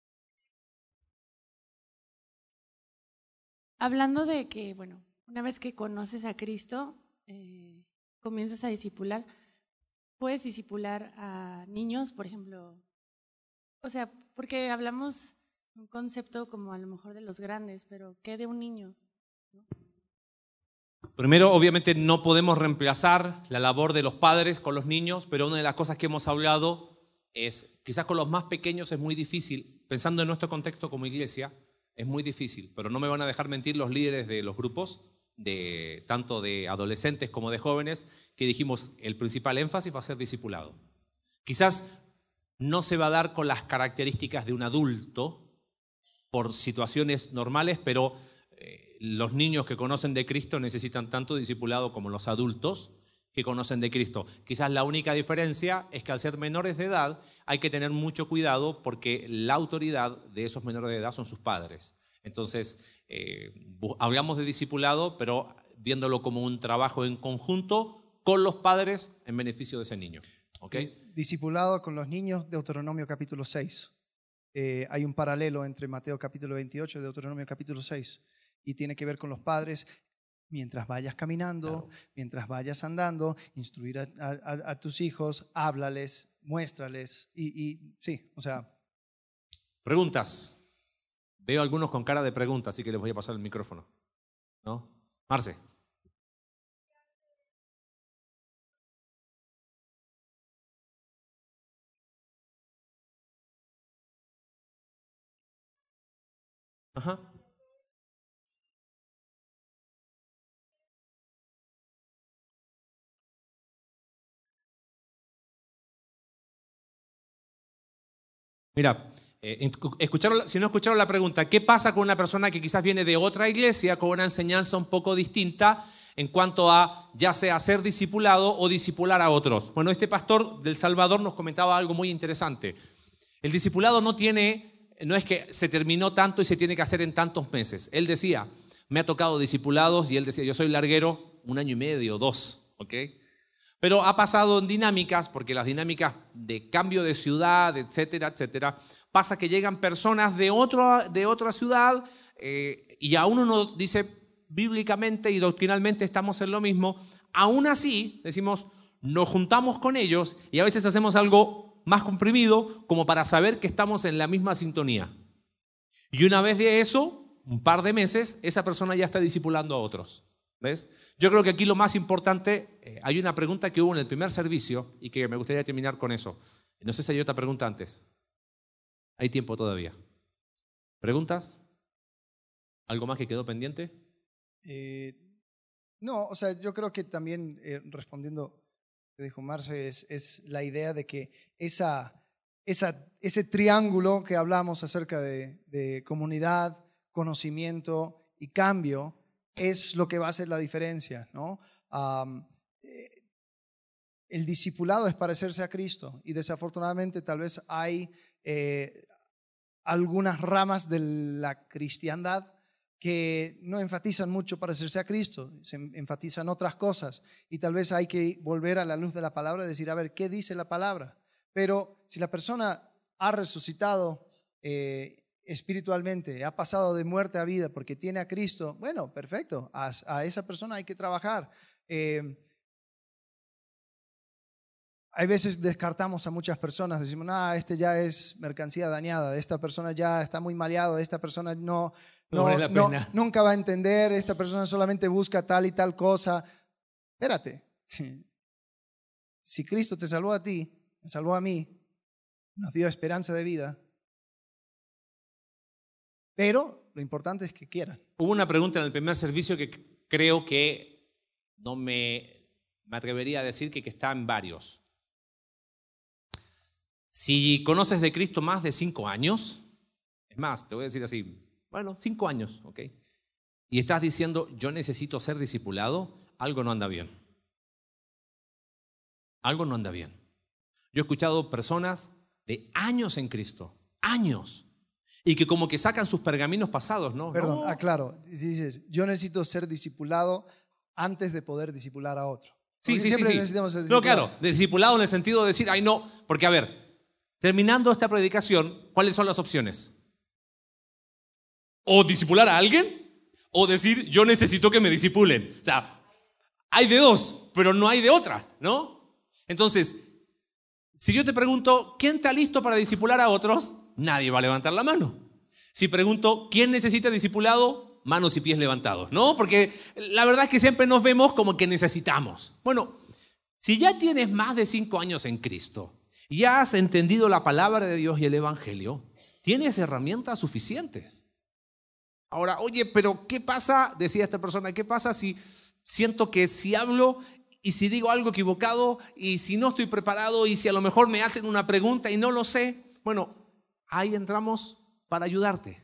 Hablando de que, bueno, una vez que conoces a Cristo, eh, comienzas a discipular, puedes discipular a niños, por ejemplo, o sea, porque hablamos un concepto como a lo mejor de los grandes, pero ¿qué de un niño? ¿No? Primero, obviamente no podemos reemplazar la labor de los padres con los niños, pero una de las cosas que hemos hablado es, quizás con los más pequeños es muy difícil, pensando en nuestro contexto como iglesia, es muy difícil, pero no me van a dejar mentir los líderes de los grupos, de, tanto de adolescentes como de jóvenes, que dijimos el principal énfasis va a ser discipulado. Quizás no se va a dar con las características de un adulto por situaciones normales, pero eh, los niños que conocen de Cristo necesitan tanto discipulado como los adultos que conocen de Cristo. Quizás la única diferencia es que al ser menores de edad hay que tener mucho cuidado porque la autoridad de esos menores de edad son sus padres. Entonces, eh, hablamos de discipulado, pero viéndolo como un trabajo en conjunto con los padres en beneficio de ese niño. ¿Okay? Discipulado con los niños, Deuteronomio capítulo seis. Eh, hay un paralelo entre Mateo capítulo veintiocho y Deuteronomio capítulo seis. Y tiene que ver con los padres. Mientras vayas caminando, claro. Mientras vayas andando, instruir a, a, a tus hijos, háblales, muéstrales. Y, y sí, o sea. Preguntas. Veo algunos con cara de preguntas, así que les voy a pasar el micrófono. ¿No? Marce. Ajá. Mira, eh, escucharon, si no escucharon la pregunta, ¿qué pasa con una persona que quizás viene de otra iglesia con una enseñanza un poco distinta en cuanto a ya sea ser discipulado o discipular a otros? Bueno, este pastor del Salvador nos comentaba algo muy interesante. El discipulado no tiene, no es que se terminó tanto y se tiene que hacer en tantos meses. Él decía, me ha tocado discipulados y él decía, yo soy larguero un año y medio, dos, ¿ok? Pero ha pasado en dinámicas, porque las dinámicas de cambio de ciudad, etcétera, etcétera, pasa que llegan personas de, otro, de otra ciudad eh, y aún uno dice bíblicamente y doctrinalmente estamos en lo mismo. Aún así, decimos, nos juntamos con ellos y a veces hacemos algo más comprimido como para saber que estamos en la misma sintonía. Y una vez de eso, un par de meses, esa persona ya está discipulando a otros. ¿Ves? Yo creo que aquí lo más importante, eh, hay una pregunta que hubo en el primer servicio y que me gustaría terminar con eso. No sé si hay otra pregunta antes. Hay tiempo todavía. ¿Preguntas? ¿Algo más que quedó pendiente? Eh, no, o sea, yo creo que también eh, respondiendo a lo que dijo Marce, es, es la idea de que esa, esa, ese triángulo que hablamos acerca de, de comunidad, conocimiento y cambio es lo que va a hacer la diferencia, ¿no? Um, eh, el discipulado es parecerse a Cristo y desafortunadamente tal vez hay eh, algunas ramas de la cristiandad que no enfatizan mucho parecerse a Cristo, se enfatizan otras cosas y tal vez hay que volver a la luz de la palabra y decir, a ver, ¿qué dice la palabra? Pero si la persona ha resucitado eh, espiritualmente, ha pasado de muerte a vida porque tiene a Cristo, bueno, perfecto, a, a esa persona hay que trabajar. Eh, hay veces descartamos a muchas personas, decimos, no, este ya es mercancía dañada, esta persona ya está muy maleado, esta persona no, no, no vale la no pena. nunca va a entender, esta persona solamente busca tal y tal cosa. Espérate, si Cristo te salvó a ti, me salvó a mí, nos dio esperanza de vida, pero lo importante es que quieran. Hubo una pregunta en el primer servicio que creo que no me, me atrevería a decir que, que está en varios. Si conoces de Cristo más de cinco años, es más, te voy a decir así, bueno, cinco años, ¿ok? Y estás diciendo, yo necesito ser discipulado, algo no anda bien. Algo no anda bien. Yo he escuchado personas de años en Cristo, años, y que como que sacan sus pergaminos pasados, ¿no? Perdón, no. aclaro, si dices, yo necesito ser discipulado antes de poder discipular a otro. Sí, sí, siempre sí, necesitamos sí. ser No, discipulados. claro, de discipulado en el sentido de decir, ay no, porque a ver, terminando esta predicación, ¿cuáles son las opciones? O discipular a alguien, o decir, yo necesito que me discipulen. O sea, hay de dos, pero no hay de otra, ¿no? Entonces, si yo te pregunto, ¿quién está listo para discipular a otros? Nadie va a levantar la mano. Si pregunto, ¿quién necesita discipulado? Manos y pies levantados, ¿no? Porque la verdad es que siempre nos vemos como que necesitamos. Bueno, si ya tienes más de cinco años en Cristo, ya has entendido la palabra de Dios y el Evangelio, tienes herramientas suficientes. Ahora, oye, pero ¿qué pasa? Decía esta persona, ¿qué pasa si siento que si hablo y si digo algo equivocado y si no estoy preparado y si a lo mejor me hacen una pregunta y no lo sé? Bueno, ahí entramos para ayudarte.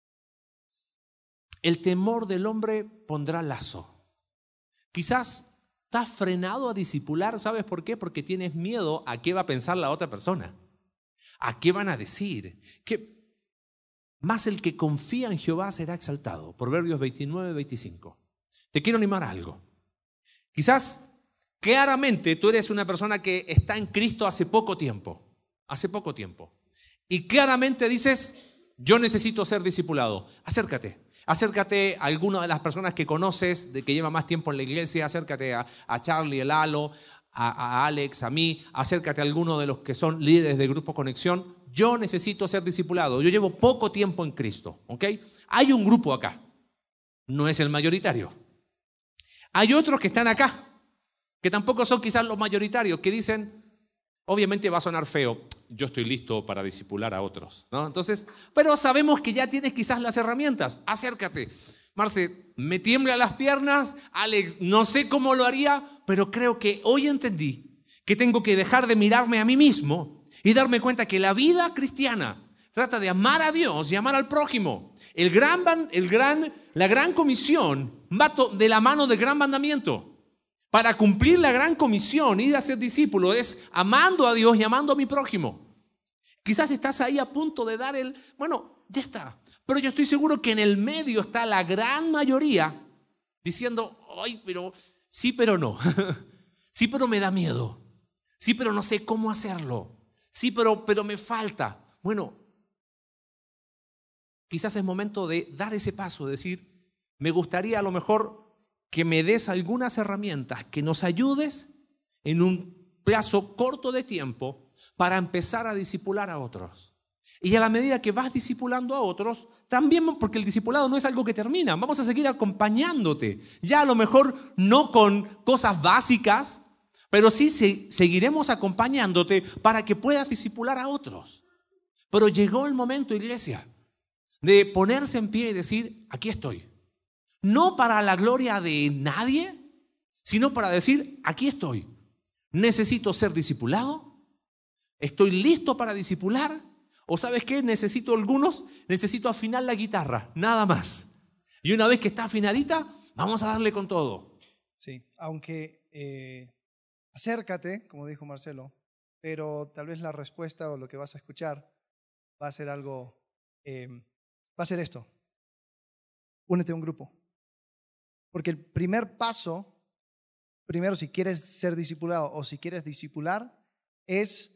El temor del hombre pondrá lazo. Quizás estás frenado a discipular, ¿sabes por qué? Porque tienes miedo a qué va a pensar la otra persona, a qué van a decir. Que más el que confía en Jehová será exaltado. Proverbios veintinueve, veinticinco. Te quiero animar a algo. Quizás claramente tú eres una persona que está en Cristo hace poco tiempo, hace poco tiempo. Y claramente dices, yo necesito ser discipulado. Acércate. Acércate a alguna de las personas que conoces, de que lleva más tiempo en la iglesia. Acércate a, a Charlie, el Lalo, a, a Alex, a mí. Acércate a alguno de los que son líderes del Grupo Conexión. Yo necesito ser discipulado. Yo llevo poco tiempo en Cristo, ¿ok? Hay un grupo acá. No es el mayoritario. Hay otros que están acá, que tampoco son quizás los mayoritarios, que dicen, obviamente va a sonar feo, yo estoy listo para discipular a otros, ¿no? Entonces, pero sabemos que ya tienes quizás las herramientas. Acércate. Marce, me tiemblan las piernas. Alex, no sé cómo lo haría, pero creo que hoy entendí que tengo que dejar de mirarme a mí mismo y darme cuenta que la vida cristiana trata de amar a Dios y amar al prójimo. El gran, el gran, la gran comisión va de la mano del gran mandamiento. Para cumplir la gran comisión, ir a ser discípulo, es amando a Dios y amando a mi prójimo. Quizás estás ahí a punto de dar el, bueno, ya está. Pero yo estoy seguro que en el medio está la gran mayoría diciendo, ay, pero sí, pero no. Sí, pero me da miedo. Sí, pero no sé cómo hacerlo. Sí, pero, pero me falta. Bueno, quizás es momento de dar ese paso, de decir, me gustaría a lo mejor que me des algunas herramientas, que nos ayudes en un plazo corto de tiempo para empezar a discipular a otros. Y a la medida que vas discipulando a otros, también, porque el discipulado no es algo que termina, vamos a seguir acompañándote. Ya a lo mejor no con cosas básicas, pero sí se, seguiremos acompañándote para que puedas discipular a otros. Pero llegó el momento, iglesia, de ponerse en pie y decir, aquí estoy. No para la gloria de nadie, sino para decir, aquí estoy. Necesito ser discipulado. Estoy listo para discipular. O ¿sabes qué? Necesito algunos, necesito afinar la guitarra, nada más. Y una vez que está afinadita, vamos a darle con todo. Sí, aunque eh, acércate, como dijo Marcelo, pero tal vez la respuesta o lo que vas a escuchar va a ser algo, eh, va a ser esto. Únete a un grupo. Porque el primer paso, primero si quieres ser discipulado o si quieres discipular, es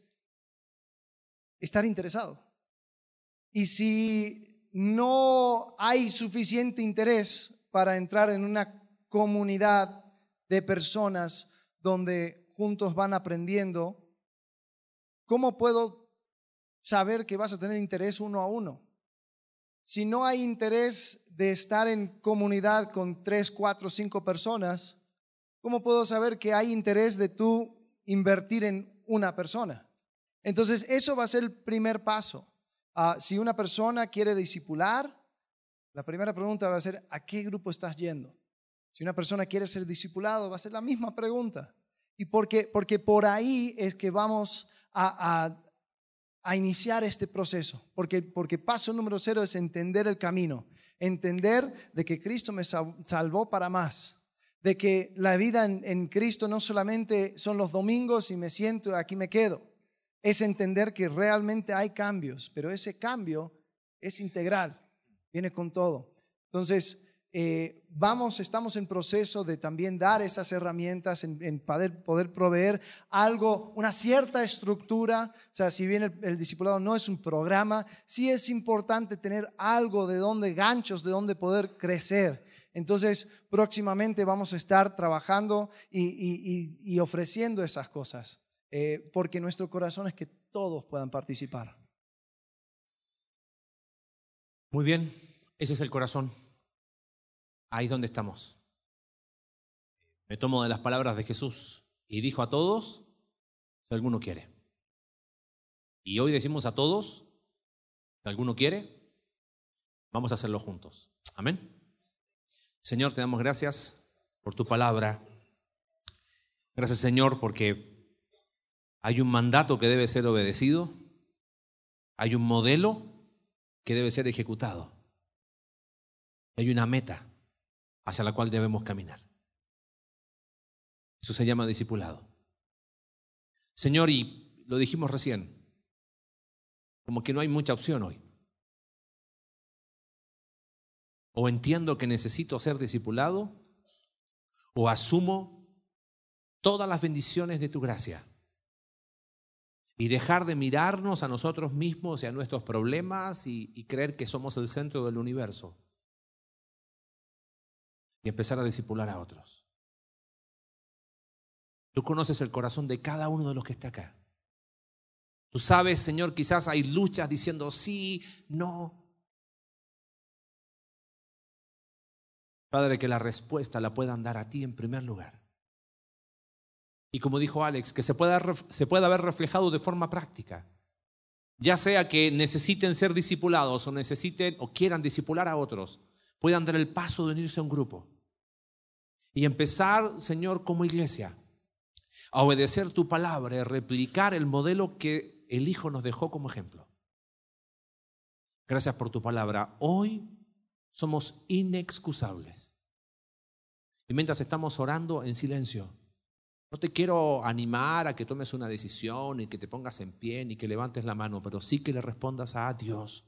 estar interesado. Y si no hay suficiente interés para entrar en una comunidad de personas donde juntos van aprendiendo, ¿cómo puedo saber que vas a tener interés uno a uno? Si no hay interés de estar en comunidad con tres, cuatro, cinco personas, ¿cómo puedo saber que hay interés de tú invertir en una persona? Entonces, eso va a ser el primer paso. Uh, si una persona quiere discipular, la primera pregunta va a ser, ¿a qué grupo estás yendo? Si una persona quiere ser discipulado, va a ser la misma pregunta. Y porque, porque por ahí es que vamos a, a, a iniciar este proceso. Porque, porque paso número cero es entender el camino. Entender de que Cristo me salvó para más. De que la vida en, en Cristo no solamente son los domingos y me siento, aquí me quedo. Es entender que realmente hay cambios, pero ese cambio es integral, viene con todo. Entonces, eh, vamos, estamos en proceso de también dar esas herramientas, en, en poder, poder proveer algo, una cierta estructura. O sea, si bien el, el discipulado no es un programa, sí es importante tener algo de donde, ganchos de donde poder crecer. Entonces, próximamente vamos a estar trabajando y, y, y, y ofreciendo esas cosas. Eh, porque nuestro corazón es que todos puedan participar. Muy bien, ese es el corazón. Ahí es donde estamos. Me tomo de las palabras de Jesús y dijo a todos, si alguno quiere. Y hoy decimos a todos, si alguno quiere, vamos a hacerlo juntos. Amén. Señor, te damos gracias por tu palabra. Gracias, Señor, porque hay un mandato que debe ser obedecido, hay un modelo que debe ser ejecutado, hay una meta hacia la cual debemos caminar. Eso se llama discipulado. Señor, y lo dijimos recién, como que no hay mucha opción hoy. O entiendo que necesito ser discipulado, o asumo todas las bendiciones de tu gracia. Y dejar de mirarnos a nosotros mismos y a nuestros problemas y, y creer que somos el centro del universo. Y empezar a discipular a otros. Tú conoces el corazón de cada uno de los que está acá. Tú sabes, Señor, quizás hay luchas diciendo sí, no. Padre, que la respuesta la puedan dar a ti en primer lugar. Y como dijo Alex, que se pueda, se pueda ver reflejado de forma práctica. Ya sea que necesiten ser discipulados o necesiten o quieran discipular a otros, puedan dar el paso de unirse a un grupo. Y empezar, Señor, como iglesia, a obedecer tu palabra y replicar el modelo que el Hijo nos dejó como ejemplo. Gracias por tu palabra. Hoy somos inexcusables. Y mientras estamos orando en silencio, no te quiero animar a que tomes una decisión y que te pongas en pie ni que levantes la mano, pero sí que le respondas a Dios.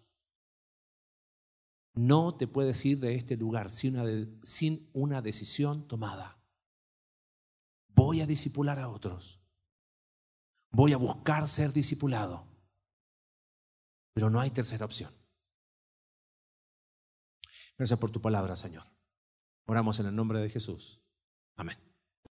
No te puedes ir de este lugar sin una, de, sin una decisión tomada. voy a discipular a otros. Voy a buscar ser discipulado. Pero no hay tercera opción. Gracias por tu palabra, Señor. Oramos en el nombre de Jesús. Amén.